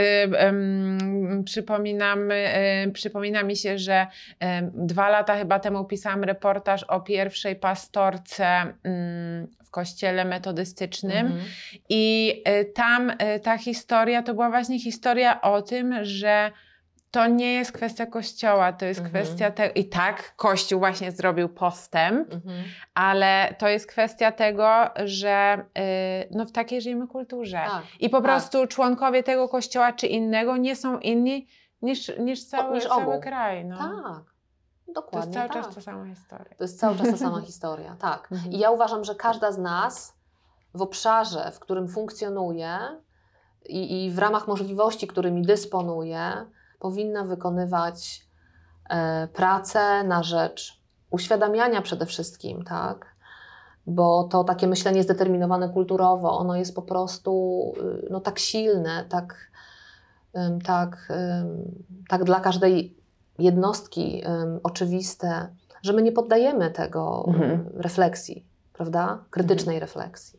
y, przypominam, y, przypomina mi się, że y, dwa lata chyba temu pisałam reportaż o pierwszej pastorce y, w kościele metodystycznym mhm. i y, tam y, ta historia to była właśnie historia o tym, że to nie jest kwestia Kościoła, to jest mhm. kwestia tego, i tak Kościół właśnie zrobił postęp, mhm. ale to jest kwestia tego, że yy, no w takiej żyjemy kulturze tak, i po tak. prostu członkowie tego Kościoła czy innego nie są inni niż, niż, cały, niż cały kraj. No. Tak, dokładnie To jest cały tak. czas ta sama historia. To jest cały czas ta sama historia, tak. Mhm. I ja uważam, że każda z nas w obszarze, w którym funkcjonuje i, i w ramach możliwości, którymi dysponuje, powinna wykonywać e, pracę na rzecz uświadamiania przede wszystkim, tak? Bo to takie myślenie zdeterminowane kulturowo, ono jest po prostu no, tak silne, tak, ym, tak, ym, tak dla każdej jednostki ym, oczywiste, że my nie poddajemy tego mhm. refleksji, prawda? Krytycznej mhm. refleksji.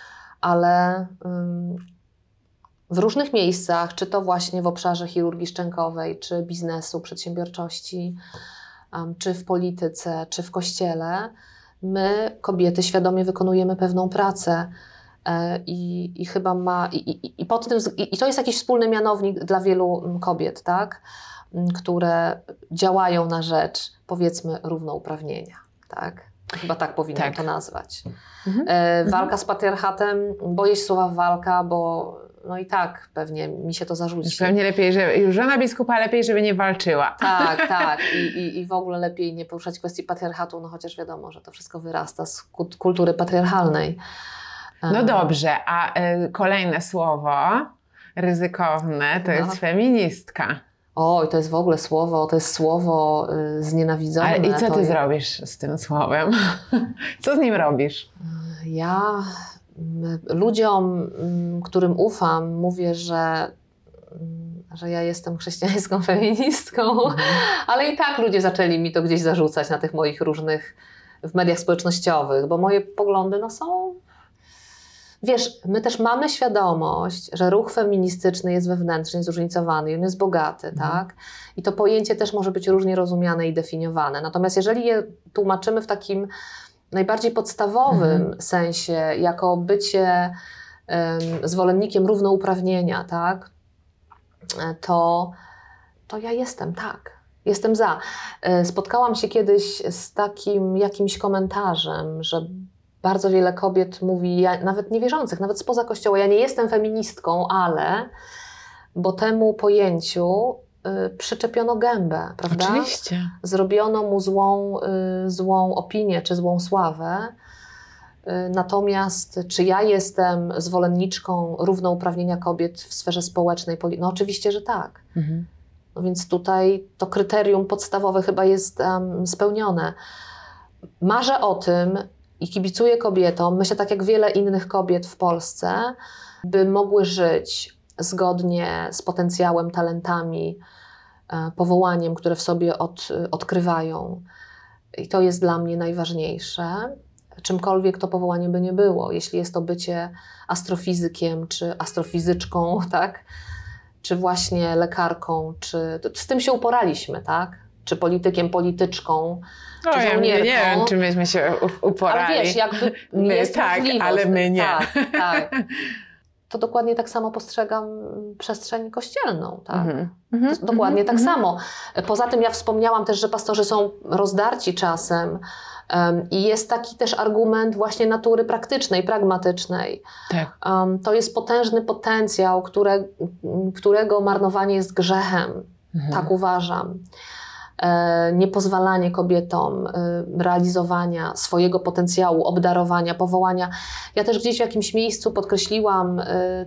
Ale ym, w różnych miejscach, czy to właśnie w obszarze chirurgii szczękowej, czy biznesu, przedsiębiorczości, um, czy w polityce, czy w kościele, my, kobiety, świadomie wykonujemy pewną pracę e, i, i chyba ma, i, i, i, pod tym, i, i to jest jakiś wspólny mianownik dla wielu kobiet, tak? Które działają na rzecz, powiedzmy, równouprawnienia, tak? Chyba tak powinnam tak. to nazwać. Mhm. E, walka z patriarchatem, boję się słowa walka, bo no i tak pewnie mi się to zarzuci. Pewnie lepiej, że już żona biskupa lepiej, żeby nie walczyła. Tak, tak. I, i, i w ogóle lepiej nie poruszać kwestii patriarchatu, no chociaż wiadomo, że to wszystko wyrasta z kultury patriarchalnej. No dobrze, a y, kolejne słowo ryzykowne to no. jest feministka. Oj, to jest w ogóle słowo, to jest słowo y, znienawidzone. Ale i co ty jest... zrobisz z tym słowem? Co z nim robisz? Ja... Ludziom, którym ufam, mówię, że, że ja jestem chrześcijańską feministką, mhm. ale i tak ludzie zaczęli mi to gdzieś zarzucać na tych moich różnych, w mediach społecznościowych, bo moje poglądy no są... Wiesz, my też mamy świadomość, że ruch feministyczny jest wewnętrznie zróżnicowany i on jest bogaty, mhm. tak? I to pojęcie też może być różnie rozumiane i definiowane. Natomiast jeżeli je tłumaczymy w takim najbardziej podstawowym mhm. sensie, jako bycie um, zwolennikiem równouprawnienia, tak, to, to ja jestem, tak, jestem za. Spotkałam się kiedyś z takim jakimś komentarzem, że bardzo wiele kobiet mówi, ja, nawet niewierzących, nawet spoza kościoła, ja nie jestem feministką, ale, bo temu pojęciu y, przyczepiono gębę, prawda? Oczywiście. Zrobiono mu złą, y, złą opinię czy złą sławę. Y, natomiast czy ja jestem zwolenniczką równouprawnienia kobiet w sferze społecznej? No oczywiście, że tak. Mhm. No więc tutaj to kryterium podstawowe chyba jest um, spełnione. Marzę o tym i kibicuję kobietom, myślę tak jak wiele innych kobiet w Polsce, by mogły żyć zgodnie z potencjałem, talentami, powołaniem, które w sobie od, odkrywają. I to jest dla mnie najważniejsze. Czymkolwiek to powołanie by nie było. Jeśli jest to bycie astrofizykiem, czy astrofizyczką, tak? Czy właśnie lekarką, czy... Z tym się uporaliśmy, tak? Czy politykiem, polityczką, no, czy żołnierką. Ja nie wiem, czy myśmy się uporali. Ale wiesz, jakby my jest tak, możliwość. ale my nie. Tak, tak. To dokładnie tak samo postrzegam przestrzeń kościelną. Tak? Mm-hmm. To dokładnie mm-hmm. tak samo. Poza tym ja wspomniałam też, że pastorzy są rozdarci czasem um, i jest taki też argument właśnie natury praktycznej, pragmatycznej. Tak. Um, to jest potężny potencjał, które, którego marnowanie jest grzechem. Mm-hmm. Tak uważam. Niepozwalanie kobietom realizowania swojego potencjału, obdarowania, powołania. Ja też gdzieś w jakimś miejscu podkreśliłam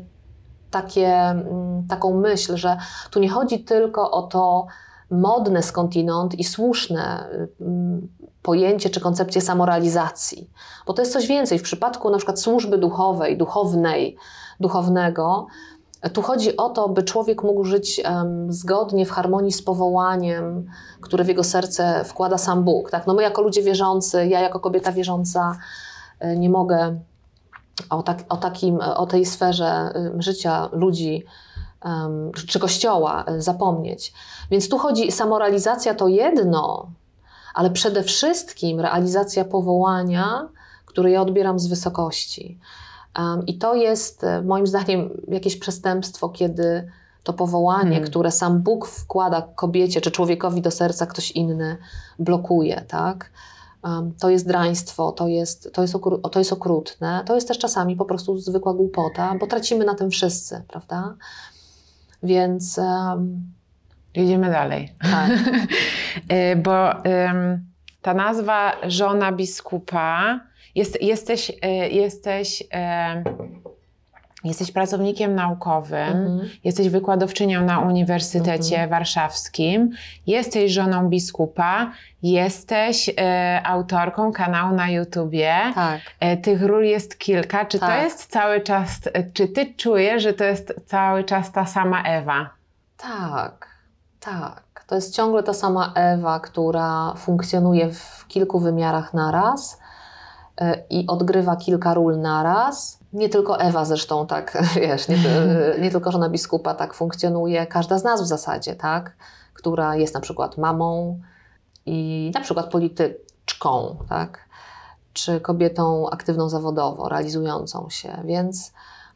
takie, taką myśl, że tu nie chodzi tylko o to modne skądinąd i słuszne pojęcie czy koncepcję samorealizacji, bo to jest coś więcej. W przypadku na przykład służby duchowej, duchownej, duchownego, Tu chodzi o to, by człowiek mógł żyć um, zgodnie, w harmonii z powołaniem, które w jego serce wkłada sam Bóg. Tak? No my jako ludzie wierzący, ja jako kobieta wierząca nie mogę o, tak, o, takim, o tej sferze życia ludzi um, czy Kościoła zapomnieć. Więc tu chodzi, samorealizacja to jedno, ale przede wszystkim realizacja powołania, które ja odbieram z wysokości. Um, I to jest moim zdaniem jakieś przestępstwo, kiedy to powołanie, hmm. które sam Bóg wkłada kobiecie czy człowiekowi do serca, ktoś inny blokuje, tak? Um, to jest draństwo, to jest, to, jest okru, to jest okrutne, to jest też czasami po prostu zwykła głupota, bo tracimy na tym wszyscy, prawda? Więc... Um, Idziemy dalej. Tak. Bo um, ta nazwa żona biskupa, jest, jesteś, jesteś, jesteś pracownikiem naukowym, mhm. jesteś wykładowczynią na Uniwersytecie mhm. Warszawskim, jesteś żoną biskupa, jesteś e, autorką kanału na YouTubie. Tak. E, tych ról jest kilka. Czy tak. to jest cały czas, czy ty czujesz, że to jest cały czas ta sama Ewa? Tak, tak. To jest ciągle ta sama Ewa, która funkcjonuje w kilku wymiarach naraz i odgrywa kilka ról naraz. Nie tylko Ewa zresztą tak, wiesz, nie, nie tylko żona biskupa tak funkcjonuje, każda z nas w zasadzie, tak, która jest na przykład mamą i na przykład polityczką, tak, czy kobietą aktywną zawodowo, realizującą się, więc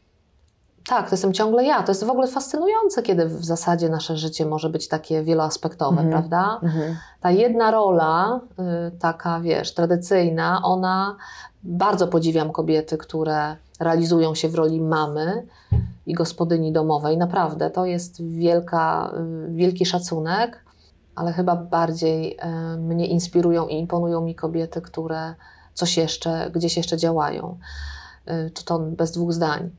tak, to jestem ciągle ja. To jest w ogóle fascynujące, kiedy w zasadzie nasze życie może być takie wieloaspektowe, mm-hmm. prawda? Mm-hmm. Ta jedna rola, y, taka wiesz, tradycyjna, ona, bardzo podziwiam kobiety, które realizują się w roli mamy i gospodyni domowej. Naprawdę, to jest wielka, y, wielki szacunek, ale chyba bardziej y, mnie inspirują i imponują mi kobiety, które coś jeszcze, gdzieś jeszcze działają. Y, czy to bez dwóch zdań.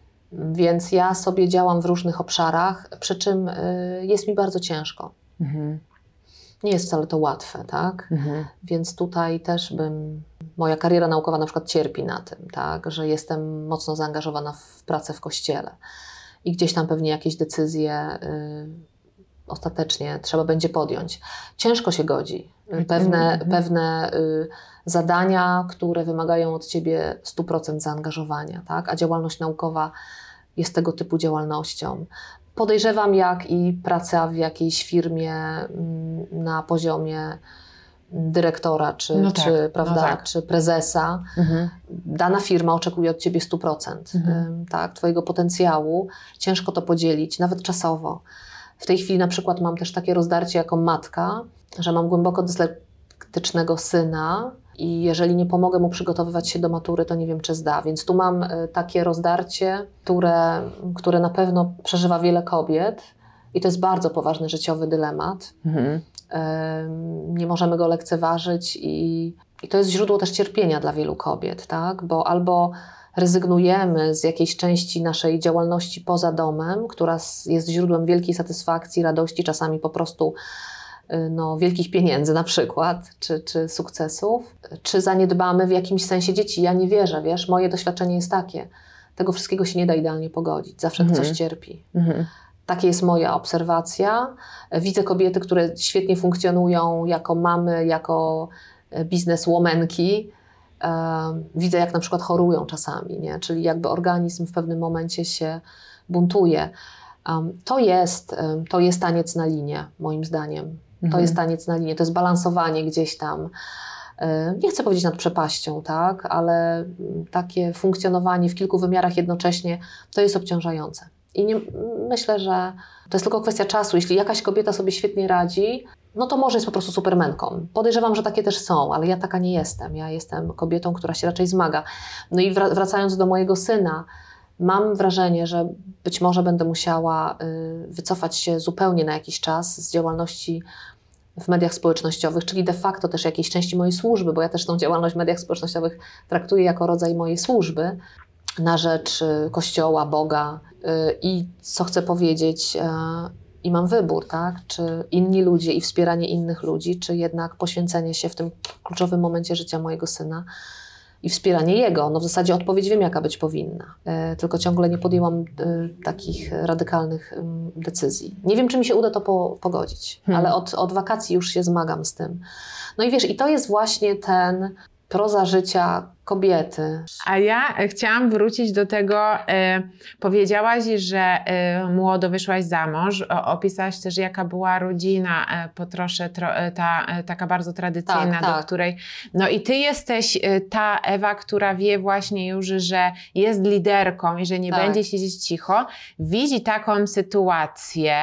Więc ja sobie działam w różnych obszarach, przy czym y, jest mi bardzo ciężko. Mhm. Nie jest wcale to łatwe, tak? Mhm. Więc tutaj też bym... Moja kariera naukowa na przykład cierpi na tym, tak? Że jestem mocno zaangażowana w pracę w kościele. I gdzieś tam pewnie jakieś decyzje y, ostatecznie trzeba będzie podjąć. Ciężko się godzi. Pewne, mhm. pewne y, zadania, które wymagają od ciebie stu procent zaangażowania, tak? A działalność naukowa jest tego typu działalnością. Podejrzewam, jak i praca w jakiejś firmie mm, na poziomie dyrektora, czy, no tak, czy, prawda, no tak. czy prezesa. Mhm. Dana firma oczekuje od ciebie stu procent mhm. tak, twojego potencjału. Ciężko to podzielić, nawet czasowo. W tej chwili na przykład mam też takie rozdarcie jako matka, że mam głęboko dyslektycznego syna i jeżeli nie pomogę mu przygotowywać się do matury, to nie wiem, czy zda. Więc tu mam takie rozdarcie, które, które na pewno przeżywa wiele kobiet i to jest bardzo poważny życiowy dylemat. Mhm. Nie możemy go lekceważyć i, i to jest źródło też cierpienia dla wielu kobiet, tak? Bo albo rezygnujemy z jakiejś części naszej działalności poza domem, która jest źródłem wielkiej satysfakcji, radości, czasami po prostu no, wielkich pieniędzy na przykład, czy, czy sukcesów, czy zaniedbamy w jakimś sensie dzieci. Ja nie wierzę, wiesz, moje doświadczenie jest takie, tego wszystkiego się nie da idealnie pogodzić, zawsze mhm. coś cierpi. Mhm. Takie jest moja obserwacja. Widzę kobiety, które świetnie funkcjonują jako mamy, jako bizneswomanki. Widzę, jak na przykład chorują czasami, nie? Czyli jakby organizm w pewnym momencie się buntuje. To jest, to jest taniec na linię, moim zdaniem. To mhm. jest taniec na linię, to jest balansowanie gdzieś tam. Nie chcę powiedzieć nad przepaścią, tak? Ale takie funkcjonowanie w kilku wymiarach jednocześnie to jest obciążające. I nie, myślę, że to jest tylko kwestia czasu. Jeśli jakaś kobieta sobie świetnie radzi, no to może jest po prostu supermenką. Podejrzewam, że takie też są, ale ja taka nie jestem. Ja jestem kobietą, która się raczej zmaga. No i wracając do mojego syna, mam wrażenie, że być może będę musiała wycofać się zupełnie na jakiś czas z działalności w mediach społecznościowych, czyli de facto też jakiejś części mojej służby, bo ja też tą działalność w mediach społecznościowych traktuję jako rodzaj mojej służby na rzecz Kościoła, Boga. I co chcę powiedzieć, i mam wybór, tak? Czy inni ludzie i wspieranie innych ludzi, czy jednak poświęcenie się w tym kluczowym momencie życia mojego syna i wspieranie jego. No w zasadzie odpowiedź wiem, jaka być powinna. E, tylko ciągle nie podjęłam e, takich radykalnych e, decyzji. Nie wiem, czy mi się uda to po, pogodzić, hmm. ale od, od wakacji już się zmagam z tym. No i wiesz, i to jest właśnie ten proza życia kobiety. A ja chciałam wrócić do tego, e, powiedziałaś, że e, młodo wyszłaś za mąż, o, opisałaś też, jaka była rodzina e, po trosze tro, e, ta, e, taka bardzo tradycyjna, tak, do tak. której, no i ty jesteś e, ta Ewa, która wie właśnie już, że jest liderką i że nie tak. będzie siedzieć cicho, widzi taką sytuację,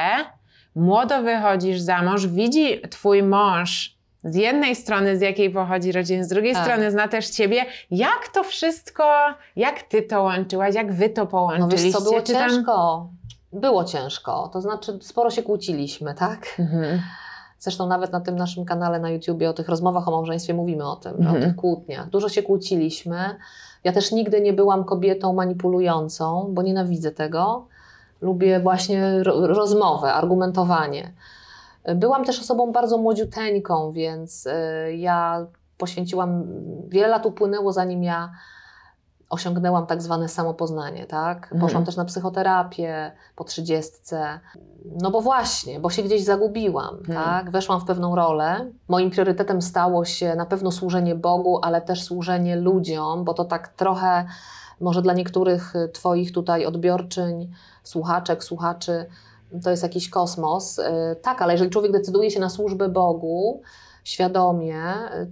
młodo wychodzisz za mąż, widzi twój mąż z jednej strony, z jakiej pochodzi rodzina, z drugiej tak. strony zna też ciebie. Jak to wszystko, jak ty to łączyłaś, jak wy to połączyliście? No wiesz co, było Czy ciężko. Tam... Było ciężko. To znaczy sporo się kłóciliśmy, tak? Mhm. Zresztą nawet na tym naszym kanale na YouTubie o tych rozmowach o małżeństwie mówimy o tym, mhm. o tych kłótniach. Dużo się kłóciliśmy. Ja też nigdy nie byłam kobietą manipulującą, bo nienawidzę tego. Lubię właśnie ro- rozmowę, argumentowanie. Byłam też osobą bardzo młodziuteńką, więc y, ja poświęciłam, wiele lat upłynęło, zanim ja osiągnęłam tak zwane samopoznanie, tak? Poszłam mhm. też na psychoterapię po trzydziestce, no bo właśnie, bo się gdzieś zagubiłam, mhm. tak? Weszłam w pewną rolę. Moim priorytetem stało się na pewno służenie Bogu, ale też służenie ludziom, bo to tak trochę, może dla niektórych twoich tutaj odbiorczyń, słuchaczek, słuchaczy, to jest jakiś kosmos. Tak, ale jeżeli człowiek decyduje się na służbę Bogu świadomie,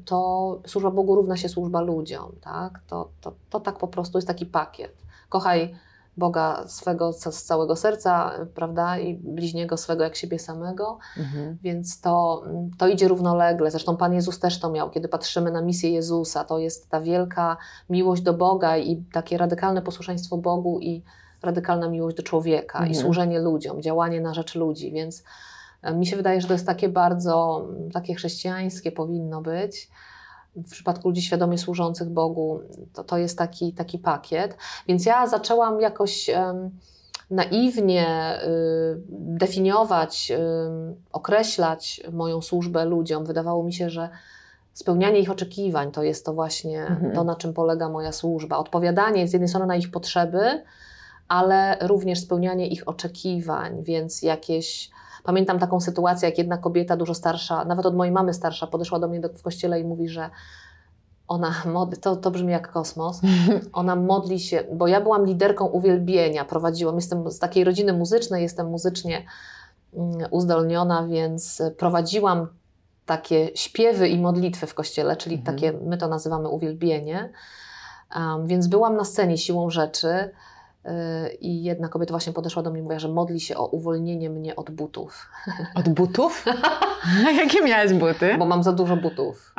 to służba Bogu równa się służba ludziom. Tak? To, to, to tak po prostu jest taki pakiet. Kochaj Boga swego z całego serca, prawda, i bliźniego swego jak siebie samego, mhm. więc to, to idzie równolegle. Zresztą Pan Jezus też to miał. Kiedy patrzymy na misję Jezusa, to jest ta wielka miłość do Boga i takie radykalne posłuszeństwo Bogu i radykalna miłość do człowieka mhm. i służenie ludziom, działanie na rzecz ludzi, więc mi się wydaje, że to jest takie bardzo, takie chrześcijańskie powinno być. W przypadku ludzi świadomie służących Bogu to, to jest taki, taki pakiet. Więc ja zaczęłam jakoś um, naiwnie y, definiować, y, określać moją służbę ludziom. Wydawało mi się, że spełnianie ich oczekiwań to jest to właśnie mhm. to, na czym polega moja służba. Odpowiadanie z jednej strony na ich potrzeby, ale również spełnianie ich oczekiwań, więc jakieś... Pamiętam taką sytuację, jak jedna kobieta dużo starsza, nawet od mojej mamy starsza, podeszła do mnie do, w kościele i mówi, że ona, mod, to, to brzmi jak kosmos, ona modli się, bo ja byłam liderką uwielbienia, prowadziłam, jestem z takiej rodziny muzycznej, jestem muzycznie uzdolniona, więc prowadziłam takie śpiewy i modlitwy w kościele, czyli mhm. takie, my to nazywamy uwielbienie, um, więc byłam na scenie siłą rzeczy. I jedna kobieta właśnie podeszła do mnie i mówiła, że modli się o uwolnienie mnie od butów. Od butów? A jakie miałaś buty? Bo mam za dużo butów.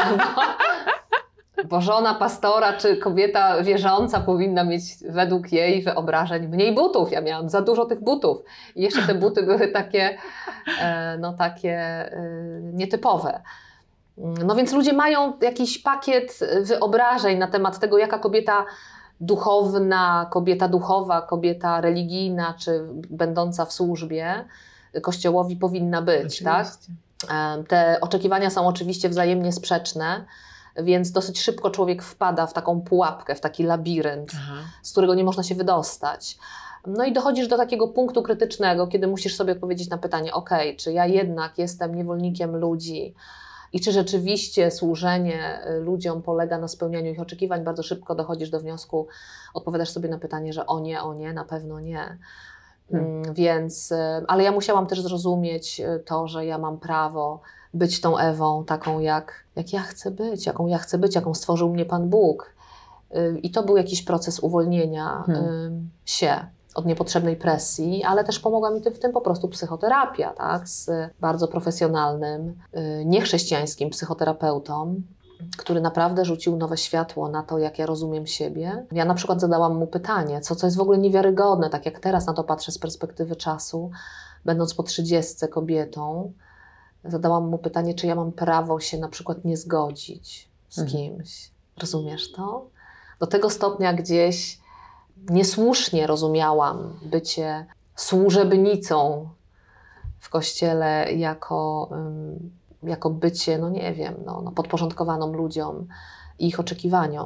bo, bo żona pastora czy kobieta wierząca powinna mieć według jej wyobrażeń mniej butów. Ja miałam za dużo tych butów. I jeszcze te buty były takie, no takie nietypowe. No więc ludzie mają jakiś pakiet wyobrażeń na temat tego, jaka kobieta duchowna, kobieta duchowa, kobieta religijna, czy będąca w służbie Kościołowi powinna być. Tak? Te oczekiwania są oczywiście wzajemnie sprzeczne, więc dosyć szybko człowiek wpada w taką pułapkę, w taki labirynt, Aha. z którego nie można się wydostać. No i dochodzisz do takiego punktu krytycznego, kiedy musisz sobie odpowiedzieć na pytanie, ok, czy ja jednak jestem niewolnikiem ludzi, i czy rzeczywiście służenie ludziom polega na spełnianiu ich oczekiwań? Bardzo szybko dochodzisz do wniosku, odpowiadasz sobie na pytanie, że o nie, o nie, na pewno nie. Hmm. Więc, ale ja musiałam też zrozumieć to, że ja mam prawo być tą Ewą, taką jak, jak ja chcę być, jaką ja chcę być, jaką stworzył mnie Pan Bóg. I to był jakiś proces uwolnienia hmm. się od niepotrzebnej presji, ale też pomogła mi w tym po prostu psychoterapia, tak? Z bardzo profesjonalnym, niechrześcijańskim psychoterapeutą, który naprawdę rzucił nowe światło na to, jak ja rozumiem siebie. Ja na przykład zadałam mu pytanie, co, co jest w ogóle niewiarygodne, tak jak teraz na to patrzę z perspektywy czasu, będąc po trzydziestce kobietą, zadałam mu pytanie, czy ja mam prawo się na przykład nie zgodzić z mhm. kimś. Rozumiesz to? Do tego stopnia gdzieś niesłusznie rozumiałam bycie służebnicą w Kościele jako, jako bycie, no nie wiem, no, no podporządkowaną ludziom i ich oczekiwaniom.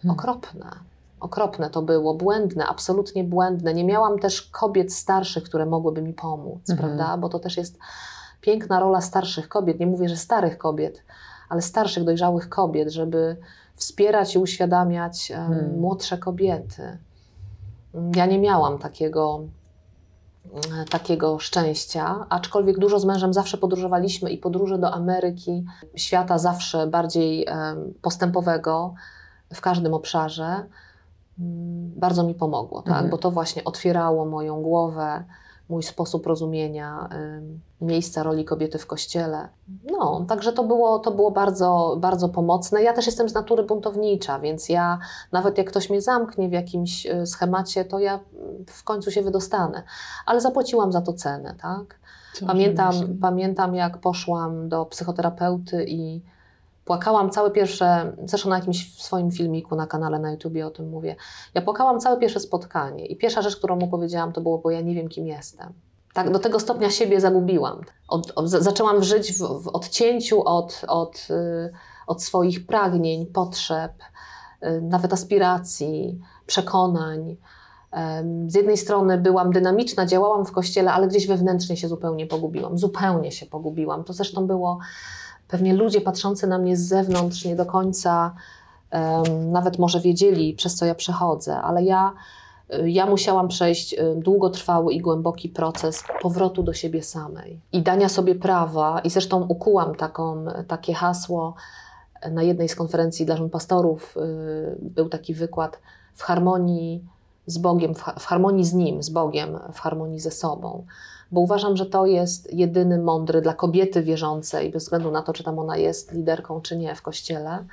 okropne. Okropne to było, błędne, absolutnie błędne. Nie miałam też kobiet starszych, które mogłyby mi pomóc, mhm. prawda? Bo to też jest piękna rola starszych kobiet. Nie mówię, że starych kobiet, ale starszych, dojrzałych kobiet, żeby wspierać i uświadamiać um, hmm. młodsze kobiety. Ja nie miałam takiego, takiego szczęścia, aczkolwiek dużo z mężem zawsze podróżowaliśmy i podróże do Ameryki, świata zawsze bardziej um, postępowego w każdym obszarze, um, bardzo mi pomogło, tak? Mhm. Bo to właśnie otwierało moją głowę, mój sposób rozumienia y, miejsca roli kobiety w Kościele. No, także to było, to było bardzo, bardzo pomocne. Ja też jestem z natury buntownicza, więc ja, nawet jak ktoś mnie zamknie w jakimś schemacie, to ja w końcu się wydostanę. Ale zapłaciłam za to cenę, tak? Pamiętam, pamiętam, jak poszłam do psychoterapeuty i płakałam całe pierwsze, zresztą na jakimś swoim filmiku na kanale na YouTubie o tym mówię, ja płakałam całe pierwsze spotkanie i pierwsza rzecz, którą mu powiedziałam, to było, bo ja nie wiem, kim jestem. Tak, do tego stopnia siebie zagubiłam. Od, od, zaczęłam żyć w, w odcięciu od, od, od swoich pragnień, potrzeb, nawet aspiracji, przekonań. Z jednej strony byłam dynamiczna, działałam w Kościele, ale gdzieś wewnętrznie się zupełnie pogubiłam. Zupełnie się pogubiłam. To zresztą było... Pewnie ludzie patrzący na mnie z zewnątrz nie do końca um, nawet może wiedzieli, przez co ja przechodzę, ale ja, ja musiałam przejść długotrwały i głęboki proces powrotu do siebie samej i dania sobie prawa, i zresztą ukułam taką, takie hasło na jednej z konferencji dla żon pastorów, yy, był taki wykład w harmonii z Bogiem, w, w harmonii z Nim, z Bogiem, w harmonii ze sobą. Bo uważam, że to jest jedyny mądry dla kobiety wierzącej, bez względu na to, czy tam ona jest liderką, czy nie w Kościele,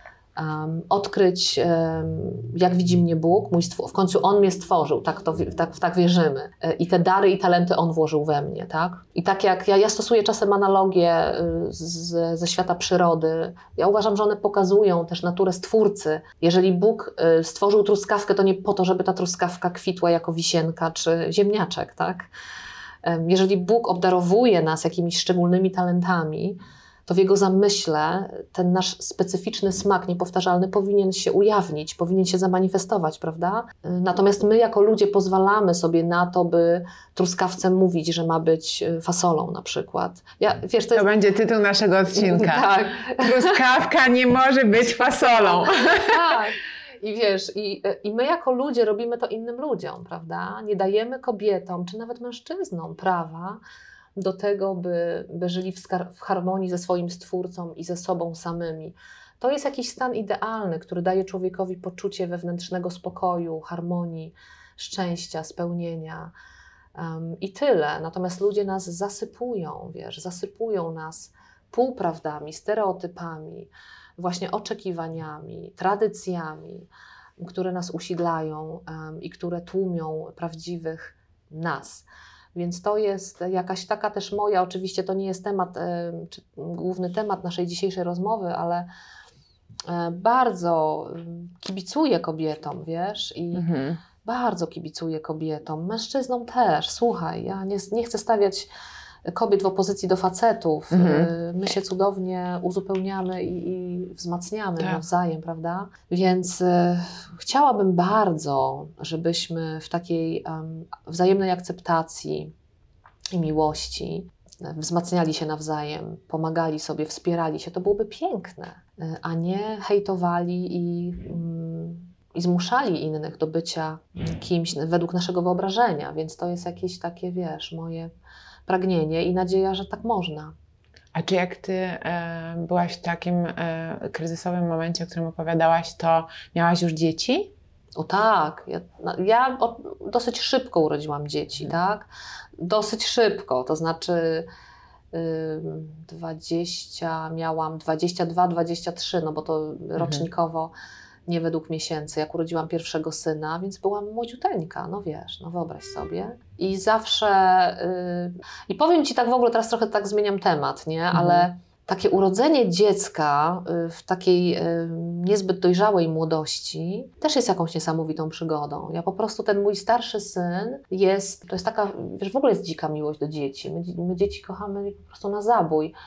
um, odkryć, um, jak widzi mnie Bóg, mój stwór, w końcu On mnie stworzył, tak, to, tak, tak wierzymy. I te dary i talenty On włożył we mnie, tak? I tak jak ja, ja stosuję czasem analogie z, ze świata przyrody, ja uważam, że one pokazują też naturę Stwórcy. Jeżeli Bóg stworzył truskawkę, to nie po to, żeby ta truskawka kwitła jako wisienka czy ziemniaczek, tak? Jeżeli Bóg obdarowuje nas jakimiś szczególnymi talentami, to w Jego zamyśle ten nasz specyficzny smak niepowtarzalny powinien się ujawnić, powinien się zamanifestować, prawda? Natomiast my jako ludzie pozwalamy sobie na to, by truskawce mówić, że ma być fasolą na przykład. Ja, wiesz, to to jest... będzie tytuł naszego odcinka. Tak. Truskawka nie może być fasolą. Tak. I wiesz, i, i my jako ludzie robimy to innym ludziom, prawda? Nie dajemy kobietom, czy nawet mężczyznom prawa do tego, by, by żyli w, skar- w harmonii ze swoim Stwórcą i ze sobą samymi. To jest jakiś stan idealny, który daje człowiekowi poczucie wewnętrznego spokoju, harmonii, szczęścia, spełnienia um, i tyle. Natomiast ludzie nas zasypują, wiesz, zasypują nas półprawdami, stereotypami, właśnie oczekiwaniami, tradycjami, które nas usidlają um, i które tłumią prawdziwych nas. Więc to jest jakaś taka też moja, oczywiście to nie jest temat, um, czy główny temat naszej dzisiejszej rozmowy, ale um, bardzo kibicuję kobietom, wiesz, i mhm. bardzo kibicuję kobietom, mężczyznom też. Słuchaj, ja nie, nie chcę stawiać kobiet w opozycji do facetów. Mhm. My się cudownie uzupełniamy i, i wzmacniamy tak. nawzajem, prawda? Więc y, chciałabym bardzo, żebyśmy w takiej um, wzajemnej akceptacji i miłości wzmacniali się nawzajem, pomagali sobie, wspierali się. To byłoby piękne, y, a nie hejtowali i, y, i zmuszali innych do bycia kimś według naszego wyobrażenia. Więc to jest jakieś takie, wiesz, moje pragnienie i nadzieja, że tak można. A czy jak ty e, byłaś w takim e, kryzysowym momencie, o którym opowiadałaś, to miałaś już dzieci? O tak, ja, ja o, dosyć szybko urodziłam dzieci, hmm. tak? Dosyć szybko, to znaczy y, dwadzieścia, miałam dwadzieścia dwa, dwadzieścia trzy, no bo to rocznikowo hmm. nie według miesięcy, jak urodziłam pierwszego syna, więc byłam młodziuteńka, no wiesz, no wyobraź sobie. I zawsze, yy, i powiem Ci tak w ogóle, teraz trochę tak zmieniam temat, nie, mhm. ale takie urodzenie dziecka yy, w takiej yy, niezbyt dojrzałej młodości też jest jakąś niesamowitą przygodą. Ja po prostu, ten mój starszy syn jest, to jest taka, wiesz, w ogóle jest dzika miłość do dzieci. My, my dzieci kochamy po prostu na zabój.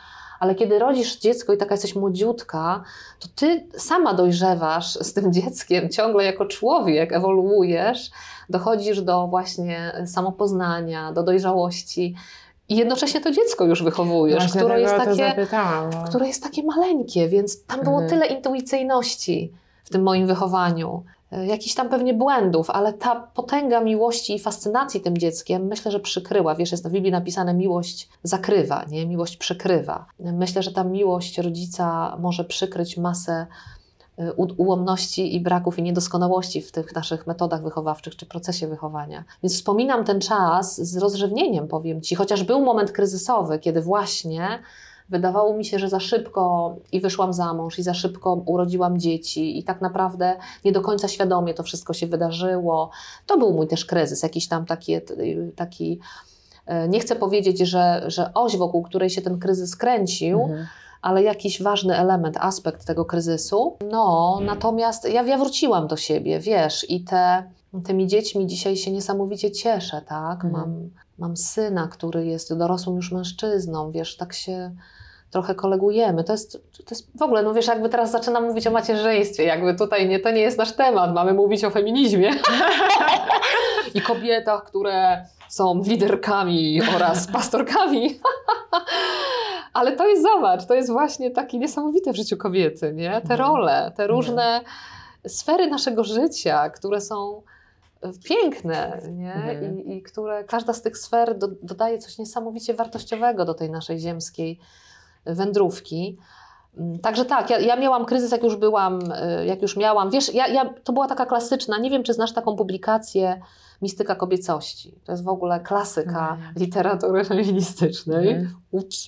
ale kiedy rodzisz dziecko i taka jesteś młodziutka, to ty sama dojrzewasz z tym dzieckiem, ciągle jako człowiek ewoluujesz, dochodzisz do właśnie samopoznania, do dojrzałości i jednocześnie to dziecko już wychowujesz, które jest, takie, no. które jest takie maleńkie, więc tam było mhm. tyle intuicyjności w tym moim wychowaniu. Jakichś tam pewnie błędów, ale ta potęga miłości i fascynacji tym dzieckiem, myślę, że przykryła. Wiesz, jest w Biblii napisane, miłość zakrywa, nie? Miłość przykrywa. Myślę, że ta miłość rodzica może przykryć masę ułomności i braków i niedoskonałości w tych naszych metodach wychowawczych czy procesie wychowania. Więc wspominam ten czas z rozrzewnieniem, powiem Ci, chociaż był moment kryzysowy, kiedy właśnie wydawało mi się, że za szybko i wyszłam za mąż, i za szybko urodziłam dzieci i tak naprawdę nie do końca świadomie to wszystko się wydarzyło. To był mój też kryzys, jakiś tam taki, taki nie chcę powiedzieć, że, że oś, wokół której się ten kryzys kręcił, mhm. ale jakiś ważny element, aspekt tego kryzysu. No, mhm. natomiast ja, ja wróciłam do siebie, wiesz, i te, tymi dziećmi dzisiaj się niesamowicie cieszę, tak? Mhm. Mam, mam syna, który jest dorosłym już mężczyzną, wiesz, tak się trochę kolegujemy. To jest, to jest w ogóle, no wiesz, jakby teraz zaczynam mówić o macierzyństwie, jakby tutaj nie, to nie jest nasz temat, mamy mówić o feminizmie i kobietach, które są liderkami oraz pastorkami. Ale to jest, zobacz, to jest właśnie takie niesamowite w życiu kobiety, nie? Te role, te różne sfery naszego życia, które są piękne, nie? Mhm. I, i które każda z tych sfer do, dodaje coś niesamowicie wartościowego do tej naszej ziemskiej wędrówki. Także tak, ja, ja miałam kryzys, jak już byłam, jak już miałam, wiesz, ja, ja, to była taka klasyczna, nie wiem, czy znasz taką publikację Mistyka kobiecości. To jest w ogóle klasyka mm. literatury feministycznej. Mm. Ups.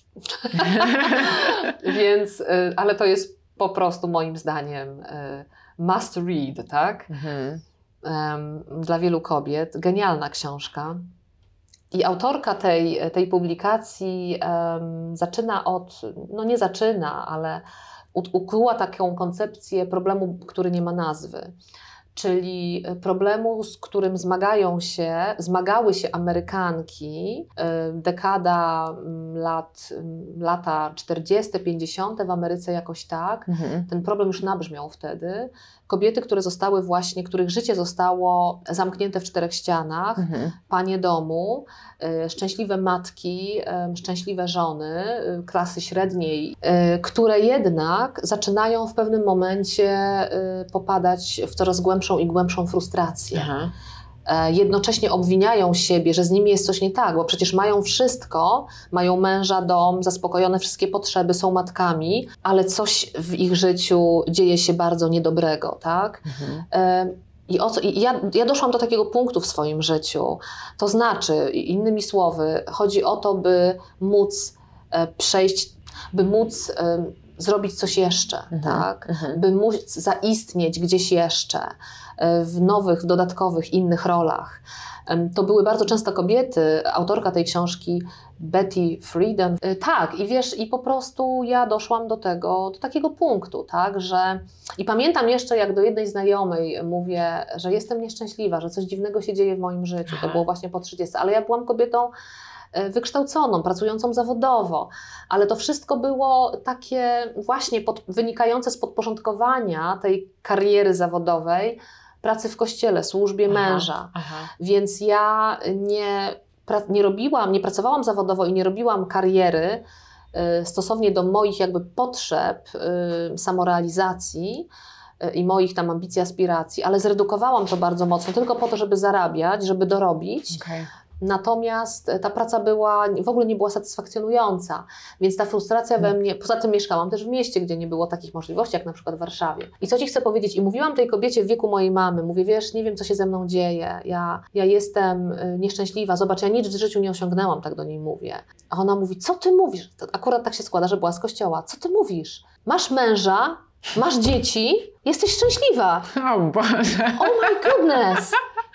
Więc, ale to jest po prostu moim zdaniem must read, tak? Mm. Um, dla wielu kobiet. Genialna książka. I autorka tej, tej publikacji um, zaczyna od, no nie zaczyna, ale ukuła taką koncepcję problemu, który nie ma nazwy. Czyli problemu, z którym zmagają się, zmagały się Amerykanki, dekada lat, lata czterdzieste, pięćdziesiąte w Ameryce jakoś tak. Mhm. Ten problem już nabrzmiał wtedy. Kobiety, które zostały właśnie, których życie zostało zamknięte w czterech ścianach, mhm. panie domu, szczęśliwe matki, szczęśliwe żony klasy średniej, które jednak zaczynają w pewnym momencie popadać w coraz głębszą i głębszą frustrację. Aha. Jednocześnie obwiniają siebie, że z nimi jest coś nie tak, bo przecież mają wszystko, mają męża, dom, zaspokojone wszystkie potrzeby, są matkami, ale coś w ich życiu dzieje się bardzo niedobrego, tak? Mhm. I, o co, i ja, ja doszłam do takiego punktu w swoim życiu, to znaczy, innymi słowy, chodzi o to, by móc przejść, by móc zrobić coś jeszcze, mhm. tak? Mhm. By móc zaistnieć gdzieś jeszcze, w nowych, w dodatkowych, innych rolach. To były bardzo często kobiety, autorka tej książki Betty Friedan. Tak, i wiesz, i po prostu ja doszłam do tego, do takiego punktu, tak, że i pamiętam jeszcze, jak do jednej znajomej mówię, że jestem nieszczęśliwa, że coś dziwnego się dzieje w moim życiu. To było właśnie po trzydziestce, ale ja byłam kobietą wykształconą, pracującą zawodowo, ale to wszystko było takie właśnie pod, wynikające z podporządkowania tej kariery zawodowej, pracy w kościele, służbie aha, męża. Aha. Więc ja nie, nie robiłam, nie pracowałam zawodowo i nie robiłam kariery y, stosownie do moich jakby potrzeb y, samorealizacji y, i moich tam ambicji, aspiracji, ale zredukowałam to bardzo mocno tylko po to, żeby zarabiać, żeby dorobić. Okay. Natomiast ta praca była, w ogóle nie była satysfakcjonująca, więc ta frustracja we mnie, poza tym mieszkałam też w mieście, gdzie nie było takich możliwości, jak na przykład w Warszawie. I co Ci chcę powiedzieć? I mówiłam tej kobiecie w wieku mojej mamy, mówię, wiesz, nie wiem, co się ze mną dzieje, ja, ja jestem nieszczęśliwa, zobacz, ja nic w życiu nie osiągnęłam, tak do niej mówię. A ona mówi, co Ty mówisz? To akurat tak się składa, że była z kościoła. Co Ty mówisz? Masz męża, masz dzieci, jesteś szczęśliwa. O Boże. Oh my goodness.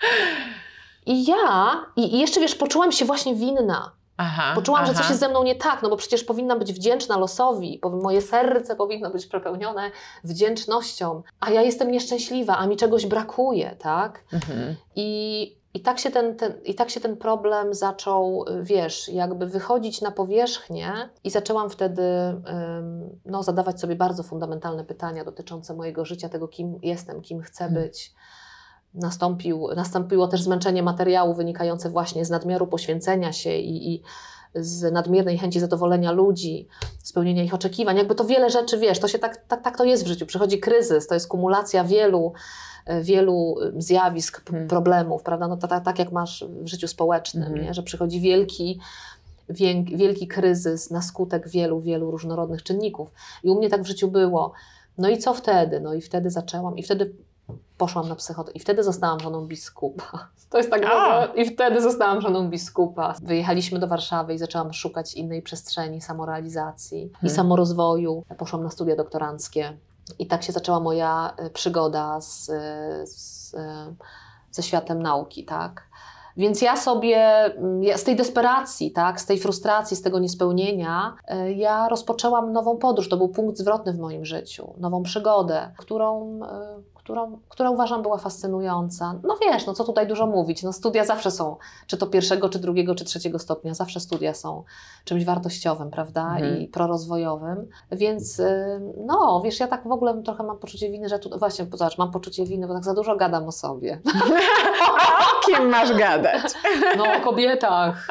I ja, i, i jeszcze wiesz, poczułam się właśnie winna. Aha, poczułam, aha. że coś jest ze mną nie tak, no bo przecież powinnam być wdzięczna losowi, moje serce powinno być przepełnione wdzięcznością, a ja jestem nieszczęśliwa, a mi czegoś brakuje, tak? Mhm. I I tak, się ten, ten, I tak się ten problem zaczął, wiesz, jakby wychodzić na powierzchnię i zaczęłam wtedy ym, no, zadawać sobie bardzo fundamentalne pytania dotyczące mojego życia, tego kim jestem, kim chcę hmm. być. Nastąpił, nastąpiło też zmęczenie materiału wynikające właśnie z nadmiaru poświęcenia się i, i z nadmiernej chęci zadowolenia ludzi, spełnienia ich oczekiwań. Jakby to wiele rzeczy, wiesz, to się tak, tak, tak to jest w życiu. Przychodzi kryzys, to jest kumulacja wielu wielu zjawisk, hmm. problemów, prawda? No to tak, tak jak masz w życiu społecznym, hmm. nie? Że przychodzi wielki, wielki, wielki kryzys na skutek wielu, wielu różnorodnych czynników. I u mnie tak w życiu było. No i co wtedy? No i wtedy zaczęłam i wtedy poszłam na psychoterapię i wtedy zostałam żoną biskupa. To jest tak dobre. I wtedy zostałam żoną biskupa. Wyjechaliśmy do Warszawy i zaczęłam szukać innej przestrzeni samorealizacji hmm. i samorozwoju. Poszłam na studia doktoranckie. I tak się zaczęła moja przygoda z, z, ze światem nauki, tak? Więc ja sobie z tej desperacji, tak, z tej frustracji, z tego niespełnienia, ja rozpoczęłam nową podróż. To był punkt zwrotny w moim życiu, nową przygodę, którą, którą, która uważam była fascynująca. No wiesz, no co tutaj dużo mówić, no studia zawsze są, czy to pierwszego, czy drugiego, czy trzeciego stopnia, zawsze studia są czymś wartościowym, prawda, mhm. i prorozwojowym, więc no, wiesz, ja tak w ogóle trochę mam poczucie winy, że tu, właśnie, zobacz, mam poczucie winy, bo tak za dużo gadam o sobie. O kim masz gadać? No, o kobietach.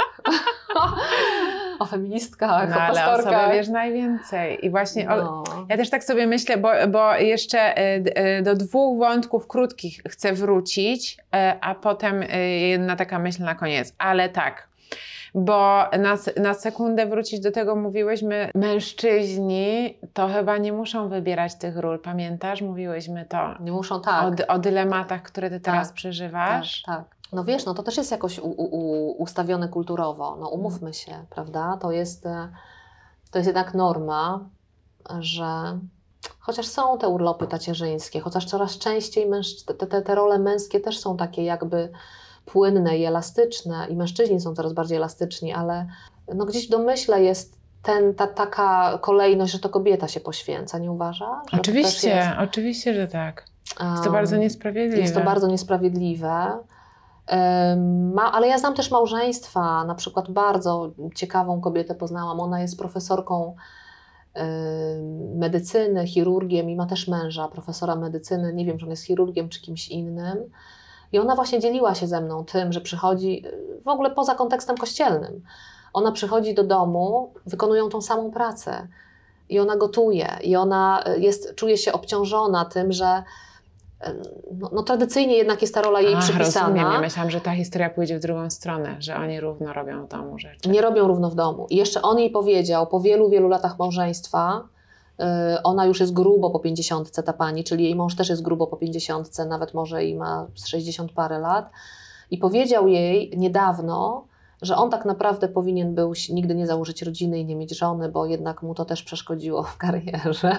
O feministkach, no, o pastorkach. Ale o sobie wiesz najwięcej. I właśnie no. o, ja też tak sobie myślę, bo, bo jeszcze do dwóch wątków krótkich chcę wrócić, a potem jedna taka myśl na koniec. Ale tak, bo na, na sekundę wrócić do tego mówiłyśmy, mężczyźni to chyba nie muszą wybierać tych ról. Pamiętasz? Mówiłyśmy to. Nie muszą, tak. O, o dylematach, które ty teraz tak, przeżywasz. Tak, tak. No wiesz, no to też jest jakoś u, u, ustawione kulturowo, no umówmy się, prawda? To jest, to jest jednak norma, że chociaż są te urlopy tacierzyńskie, chociaż coraz częściej mężczy- te, te, te role męskie też są takie jakby płynne i elastyczne i mężczyźni są coraz bardziej elastyczni, ale no gdzieś w domyśle jest ten, ta, taka kolejność, że to kobieta się poświęca, nie uważasz? Że oczywiście, jest, oczywiście, że tak. Jest to um, bardzo niesprawiedliwe. Jest to bardzo niesprawiedliwe. Ma, ale ja znam też małżeństwa, na przykład bardzo ciekawą kobietę poznałam, ona jest profesorką y, medycyny, chirurgiem i ma też męża, profesora medycyny, nie wiem, czy on jest chirurgiem czy kimś innym i ona właśnie dzieliła się ze mną tym, że przychodzi w ogóle poza kontekstem kościelnym, ona przychodzi do domu, wykonują tą samą pracę i ona gotuje i ona jest, czuje się obciążona tym, że No, no tradycyjnie jednak jest ta rola jej Ach, przypisana. Rozumiem. Ja myślałam, że ta historia pójdzie w drugą stronę, że oni równo robią w domu rzeczy. Nie robią równo w domu. I jeszcze on jej powiedział, po wielu, wielu latach małżeństwa, yy, ona już jest grubo po pięćdziesiątce, ta pani, czyli jej mąż też jest grubo po pięćdziesiątce, nawet może i ma sześćdziesiąt parę lat. I powiedział jej niedawno, że on tak naprawdę powinien był nigdy nie założyć rodziny i nie mieć żony, bo jednak mu to też przeszkodziło w karierze.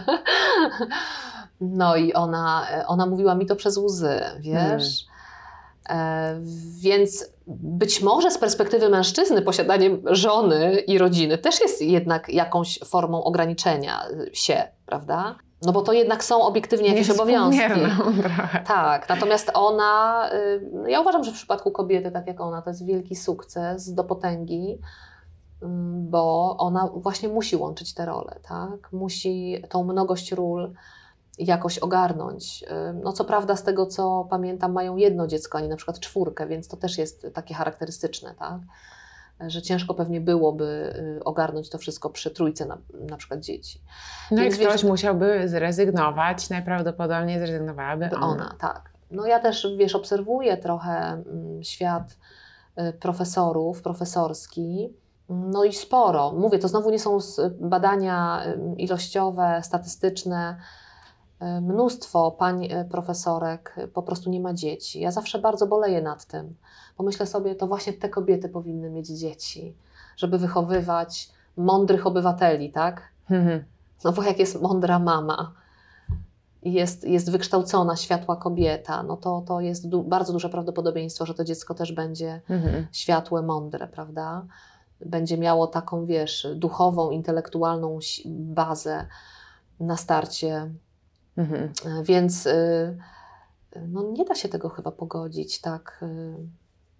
No i ona, ona mówiła mi to przez łzy, wiesz. Hmm. E, więc być może z perspektywy mężczyzny posiadanie żony i rodziny też jest jednak jakąś formą ograniczenia się, prawda? No bo to jednak są obiektywnie jakieś obowiązki. Tak, natomiast ona, ja uważam, że w przypadku kobiety, tak jak ona, to jest wielki sukces do potęgi, bo ona właśnie musi łączyć te role, tak? Musi tą mnogość ról jakoś ogarnąć. No co prawda z tego, co pamiętam, mają jedno dziecko, a nie na przykład czwórkę, więc to też jest takie charakterystyczne, tak? Że ciężko pewnie byłoby ogarnąć to wszystko przy trójce na, na przykład dzieci. No więc i ktoś wiesz, musiałby zrezygnować, najprawdopodobniej zrezygnowałaby ona. ona. Tak. No ja też, wiesz, obserwuję trochę świat profesorów, profesorski, no i sporo. Mówię, to znowu nie są badania ilościowe, statystyczne. Mnóstwo pań profesorek po prostu nie ma dzieci. Ja zawsze bardzo boleję nad tym, bo myślę sobie, to właśnie te kobiety powinny mieć dzieci, żeby wychowywać mądrych obywateli, tak? Mhm. No bo jak jest mądra mama i jest, jest wykształcona, światła kobieta, no to, to jest du- bardzo duże prawdopodobieństwo, że to dziecko też będzie mhm. światłe, mądre, prawda? Będzie miało taką, wiesz, duchową, intelektualną bazę na starcie. Mhm. Więc y, no nie da się tego chyba pogodzić tak, y,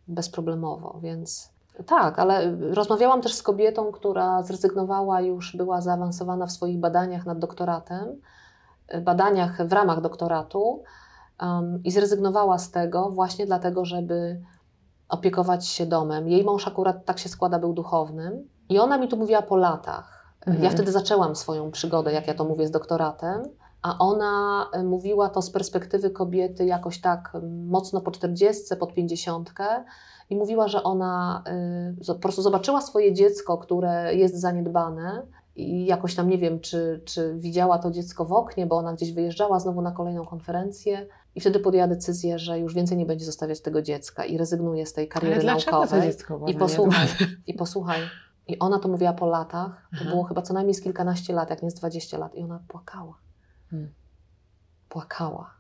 bezproblemowo, więc tak, ale rozmawiałam też z kobietą, która zrezygnowała, już była zaawansowana w swoich badaniach nad doktoratem, badaniach w ramach doktoratu um, i zrezygnowała z tego właśnie dlatego, żeby opiekować się domem. Jej mąż akurat, tak się składa, był duchownym i ona mi tu mówiła po latach. Mhm. Ja wtedy zaczęłam swoją przygodę, jak ja to mówię, z doktoratem, a ona mówiła to z perspektywy kobiety jakoś tak mocno po czterdziestce, pod pięćdziesiątkę i mówiła, że ona y, po prostu zobaczyła swoje dziecko, które jest zaniedbane i jakoś tam nie wiem, czy, czy widziała to dziecko w oknie, bo ona gdzieś wyjeżdżała znowu na kolejną konferencję i wtedy podjęła decyzję, że już więcej nie będzie zostawiać tego dziecka i rezygnuje z tej kariery Ale naukowej. To dziecko było I posłuchaj, i posłuchaj, i ona to mówiła po latach, to Aha. było chyba co najmniej z kilkanaście lat, jak nie z dwadzieścia lat i ona płakała. Hmm. Płakała.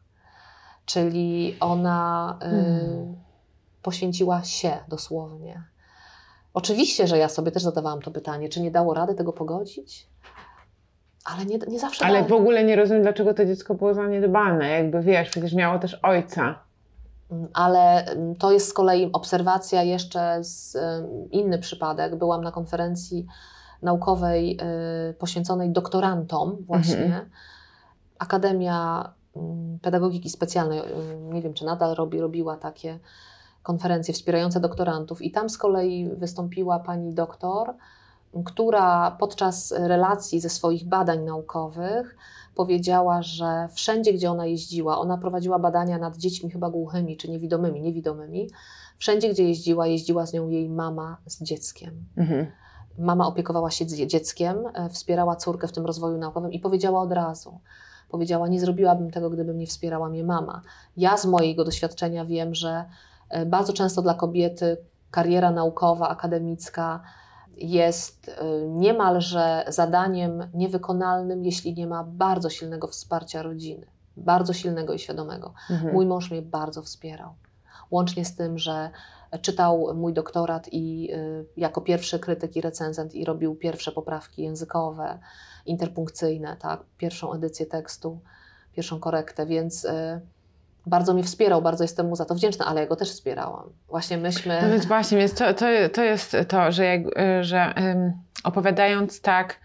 Czyli ona y, hmm. poświęciła się dosłownie. Oczywiście, że ja sobie też zadawałam to pytanie, czy nie dało rady tego pogodzić? Ale nie, nie zawsze Ale dało. w ogóle nie rozumiem, dlaczego to dziecko było zaniedbane. Jakby wiesz, przecież miało też ojca. Ale to jest z kolei obserwacja jeszcze z inny przypadek. Byłam na konferencji naukowej y, poświęconej doktorantom właśnie. Mhm. Akademia Pedagogiki Specjalnej, nie wiem czy nadal robi, robiła takie konferencje wspierające doktorantów i tam z kolei wystąpiła pani doktor, która podczas relacji ze swoich badań naukowych powiedziała, że wszędzie, gdzie ona jeździła, ona prowadziła badania nad dziećmi chyba głuchymi czy niewidomymi, niewidomymi, wszędzie, gdzie jeździła, jeździła z nią jej mama z dzieckiem. Mhm. Mama opiekowała się dzieckiem, wspierała córkę w tym rozwoju naukowym i powiedziała od razu, powiedziała, nie zrobiłabym tego, gdyby mnie wspierała mnie mama. Ja z mojego doświadczenia wiem, że bardzo często dla kobiety kariera naukowa, akademicka jest niemalże zadaniem niewykonalnym, jeśli nie ma bardzo silnego wsparcia rodziny, bardzo silnego i świadomego. Mhm. Mój mąż mnie bardzo wspierał. Łącznie z tym, że czytał mój doktorat i y, jako pierwszy krytyk i recenzent i robił pierwsze poprawki językowe, interpunkcyjne, tak, pierwszą edycję tekstu, pierwszą korektę, więc y, bardzo mnie wspierał, bardzo jestem mu za to wdzięczna, ale ja go też wspierałam. Właśnie myśmy... No więc właśnie, więc to, to, to jest to, że, jak, że um, opowiadając tak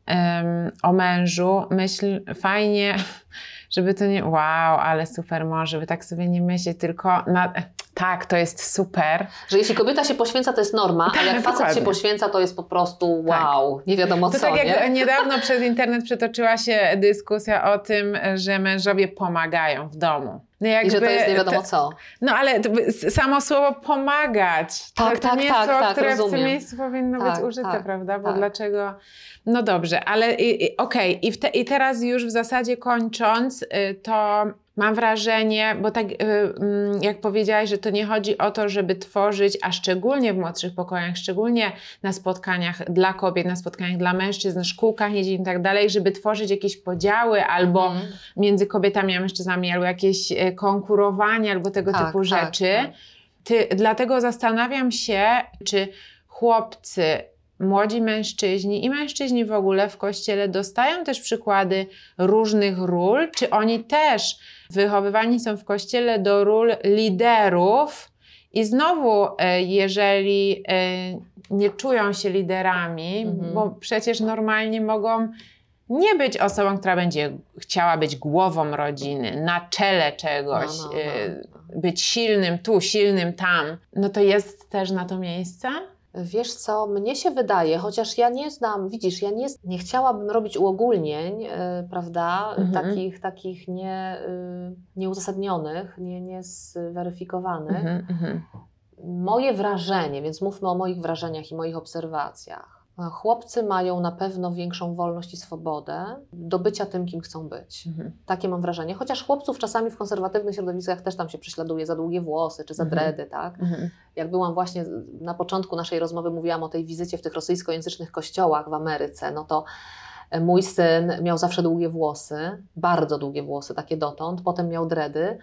um, o mężu, myśl fajnie, żeby to nie wow, ale super mąż, żeby tak sobie nie myśleć, tylko na, tak, to jest super. Że jeśli kobieta się poświęca, to jest norma, a jak facet dokładnie się poświęca, to jest po prostu wow, tak. Nie wiadomo to co. Tak jak nie? niedawno przez internet przetoczyła się dyskusja o tym, że mężowie pomagają w domu. No jakby, I że to jest nie wiadomo co. No ale to, samo słowo pomagać, tak, to tak, nie jest tak, słowo, tak, które rozumiem. w tym miejscu powinno tak, być użyte, tak, prawda? Bo tak. dlaczego? No dobrze, ale okej, okay. I, te, i teraz już w zasadzie kończąc, to mam wrażenie, bo tak jak powiedziałaś, że to nie chodzi o to, żeby tworzyć, a szczególnie w młodszych pokoleniach, szczególnie na spotkaniach dla kobiet, na spotkaniach dla mężczyzn, szkółkach niedzielnych i tak dalej, żeby tworzyć jakieś podziały albo mm. między kobietami a mężczyznami, albo jakieś konkurowanie, albo tego tak, typu tak, rzeczy. Tak. Ty, dlatego zastanawiam się, czy chłopcy, młodzi mężczyźni i mężczyźni w ogóle w Kościele dostają też przykłady różnych ról, czy oni też wychowywani są w Kościele do ról liderów i znowu, jeżeli nie czują się liderami, mhm. bo przecież normalnie mogą nie być osobą, która będzie chciała być głową rodziny, na czele czegoś, no, no, no, no. być silnym tu, silnym tam, no to jest też na to miejsce? Wiesz co, mnie się wydaje, chociaż ja nie znam, widzisz, ja nie, nie chciałabym robić uogólnień, yy, prawda, mhm. takich, takich nie, yy, nieuzasadnionych, nie, niezweryfikowanych. Mhm, mhm. Moje wrażenie, więc mówmy o moich wrażeniach i moich obserwacjach. Chłopcy mają na pewno większą wolność i swobodę do bycia tym, kim chcą być. Mhm. Takie mam wrażenie. Chociaż chłopców czasami w konserwatywnych środowiskach też tam się prześladuje za długie włosy czy za mhm. dredy, tak? Mhm. Jak byłam właśnie na początku naszej rozmowy, mówiłam o tej wizycie w tych rosyjskojęzycznych kościołach w Ameryce, no to mój syn miał zawsze długie włosy, bardzo długie włosy, takie dotąd, potem miał dredy,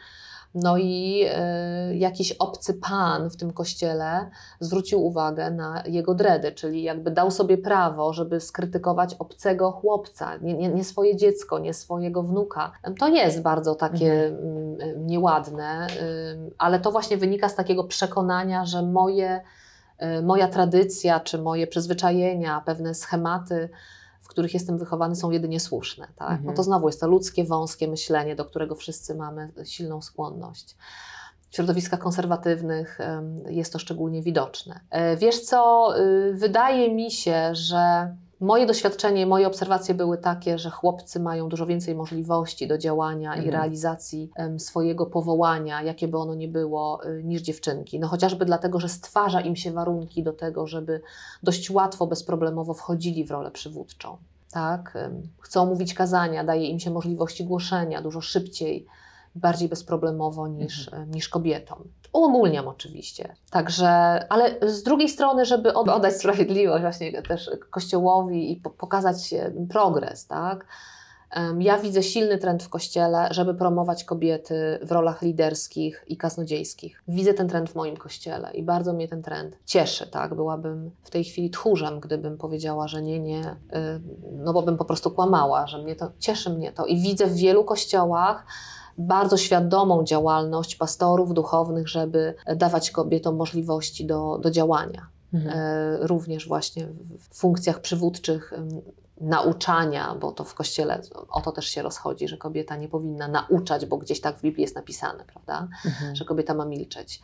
No i y, jakiś obcy pan w tym kościele zwrócił uwagę na jego dredy, czyli jakby dał sobie prawo, żeby skrytykować obcego chłopca, nie, nie, nie swoje dziecko, nie swojego wnuka. To jest bardzo takie mhm. y, nieładne, y, ale to właśnie wynika z takiego przekonania, że moje, y, moja tradycja, czy moje przyzwyczajenia, pewne schematy, w których jestem wychowany, są jedynie słuszne. Tak? Mhm. No to znowu jest to ludzkie, wąskie myślenie, do którego wszyscy mamy silną skłonność. W środowiskach konserwatywnych jest to szczególnie widoczne. Wiesz co, wydaje mi się, że moje doświadczenie, moje obserwacje były takie, że chłopcy mają dużo więcej możliwości do działania mhm. i realizacji um, swojego powołania, jakie by ono nie było, y, niż dziewczynki. No chociażby dlatego, że stwarza im się warunki do tego, żeby dość łatwo, bezproblemowo wchodzili w rolę przywódczą. Tak? Um, chcą mówić kazania, daje im się możliwości głoszenia dużo szybciej, bardziej bezproblemowo niż, mhm. niż kobietom. Uogólniam oczywiście. Także, ale z drugiej strony, żeby oddać sprawiedliwość właśnie też Kościołowi i po, pokazać progres, tak? Ja widzę silny trend w Kościele, żeby promować kobiety w rolach liderskich i kaznodziejskich. Widzę ten trend w moim Kościele i bardzo mnie ten trend cieszy, tak? Byłabym w tej chwili tchórzem, gdybym powiedziała, że nie, nie, no bo bym po prostu kłamała, że mnie to, cieszy mnie to. I widzę w wielu kościołach bardzo świadomą działalność pastorów duchownych, żeby dawać kobietom możliwości do, do działania. Mhm. E, również właśnie w funkcjach przywódczych, nauczania, bo to w Kościele o to też się rozchodzi, że kobieta nie powinna nauczać, bo gdzieś tak w Biblii jest napisane, prawda? Mhm. Że kobieta ma milczeć.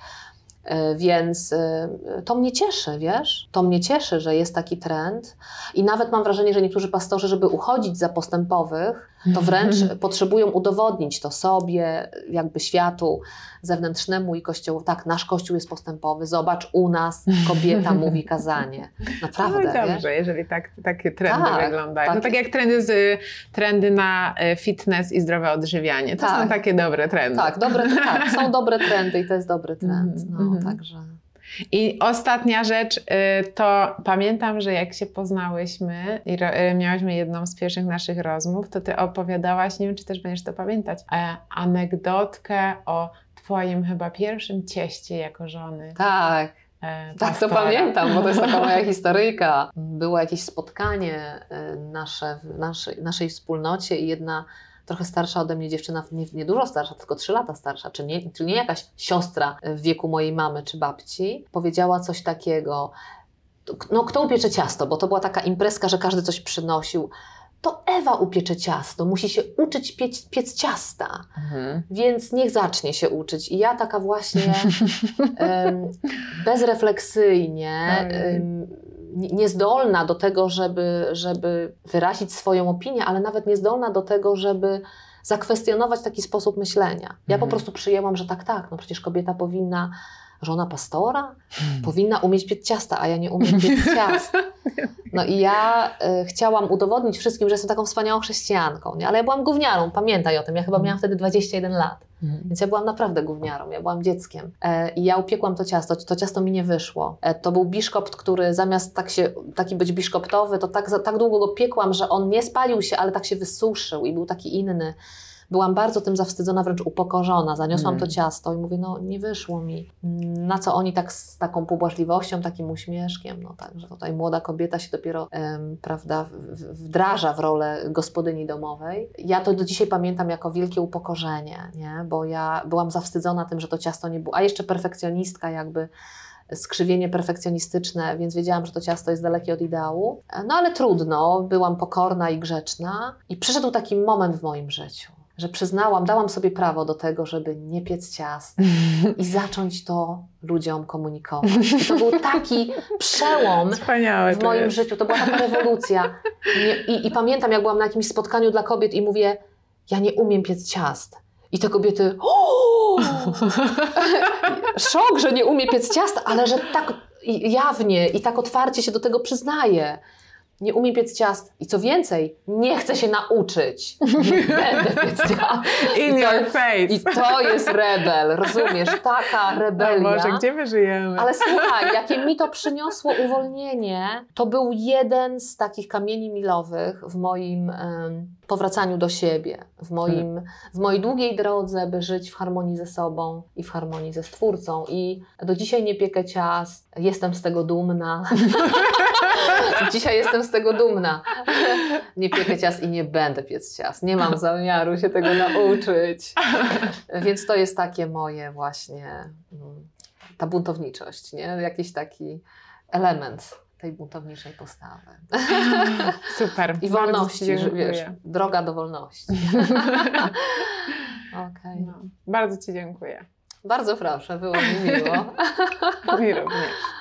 Więc to mnie cieszy, wiesz? To mnie cieszy, że jest taki trend i nawet mam wrażenie, że niektórzy pastorzy, żeby uchodzić za postępowych, to wręcz potrzebują udowodnić to sobie, jakby światu zewnętrznemu i Kościołowi. Tak, nasz Kościół jest postępowy, zobacz, u nas kobieta mówi kazanie. Naprawdę, no dobrze, wiesz? Jeżeli tak, takie trendy tak, wyglądają. Tak. No tak jak trendy, z, trendy na fitness i zdrowe odżywianie. To tak. są takie dobre trendy. Tak, dobre, tak, są dobre trendy i to jest dobry trend. No, mm-hmm. także... I ostatnia rzecz, to pamiętam, że jak się poznałyśmy i miałyśmy jedną z pierwszych naszych rozmów, to ty opowiadałaś, nie wiem, czy też będziesz to pamiętać, anegdotkę o twoim chyba pierwszym cieście jako żony. Tak. Tak, to pamiętam, bo to jest taka moja historyjka. Było jakieś spotkanie nasze w naszej, naszej wspólnocie i jedna trochę starsza ode mnie dziewczyna, nie, nie dużo starsza, tylko trzy lata starsza, czy nie, czy nie jakaś siostra w wieku mojej mamy czy babci, powiedziała coś takiego, no kto upiecze ciasto, bo to była taka imprezka, że każdy coś przynosił. To Ewa upiecze ciasto, musi się uczyć piec, piec ciasta, mhm. więc niech zacznie się uczyć. I ja taka właśnie um, bezrefleksyjnie, um, niezdolna do tego, żeby, żeby wyrazić swoją opinię, ale nawet niezdolna do tego, żeby zakwestionować taki sposób myślenia. Ja mhm. po prostu przyjęłam, że tak, tak, no przecież kobieta powinna, żona pastora, hmm. powinna umieć piec ciasta, a ja nie umiem piec ciasta. No i ja y, chciałam udowodnić wszystkim, że jestem taką wspaniałą chrześcijanką, nie? Ale ja byłam gówniarą, pamiętaj o tym, ja chyba miałam wtedy dwadzieścia jeden lat, hmm. więc ja byłam naprawdę gówniarą, ja byłam dzieckiem. E, I ja upiekłam to ciasto, to ciasto mi nie wyszło. E, to był biszkopt, który zamiast tak się, taki być biszkoptowy, to tak, tak długo go piekłam, że on nie spalił się, ale tak się wysuszył i był taki inny. Byłam bardzo tym zawstydzona, wręcz upokorzona. Zaniosłam mm. to ciasto i mówię, no nie wyszło mi. Na co oni tak z taką pobłażliwością, takim uśmieszkiem, no tak, że tutaj młoda kobieta się dopiero um, prawda, wdraża w rolę gospodyni domowej. Ja to do dzisiaj pamiętam jako wielkie upokorzenie, nie? Bo ja byłam zawstydzona tym, że to ciasto nie było, a jeszcze perfekcjonistka jakby, skrzywienie perfekcjonistyczne, więc wiedziałam, że to ciasto jest dalekie od ideału. No ale trudno, byłam pokorna i grzeczna i przyszedł taki moment w moim życiu, że przyznałam, dałam sobie prawo do tego, żeby nie piec ciast i zacząć to ludziom komunikować. I to był taki przełom Wspaniałe w moim jest. życiu, to była taka rewolucja. Nie, i, I pamiętam, jak byłam na jakimś spotkaniu dla kobiet i mówię, ja nie umiem piec ciast. I te kobiety, szok, że nie umie piec ciasta, ale że tak jawnie i tak otwarcie się do tego przyznaje. nie umie piec ciast i co więcej, nie chce się nauczyć. Nie będę piec ciast. In I to, your face. I to jest rebel, rozumiesz? Taka rebelia. No Boże, gdzie my żyjemy? Ale słuchaj, jakie mi to przyniosło uwolnienie, to był jeden z takich kamieni milowych w moim um, powracaniu do siebie, w, moim, w mojej długiej drodze, by żyć w harmonii ze sobą i w harmonii ze Stwórcą. I do dzisiaj nie piekę ciast, jestem z tego dumna. Dzisiaj jestem z tego dumna. Nie piekę ciast i nie będę piec ciast. Nie mam zamiaru się tego nauczyć. Więc to jest takie moje właśnie, ta buntowniczość, nie? Jakiś taki element tej buntowniczej postawy. Super. I wolności, że, wiesz, droga do wolności. Okay. No, bardzo Ci dziękuję. Bardzo proszę, było mi miło. Mi również.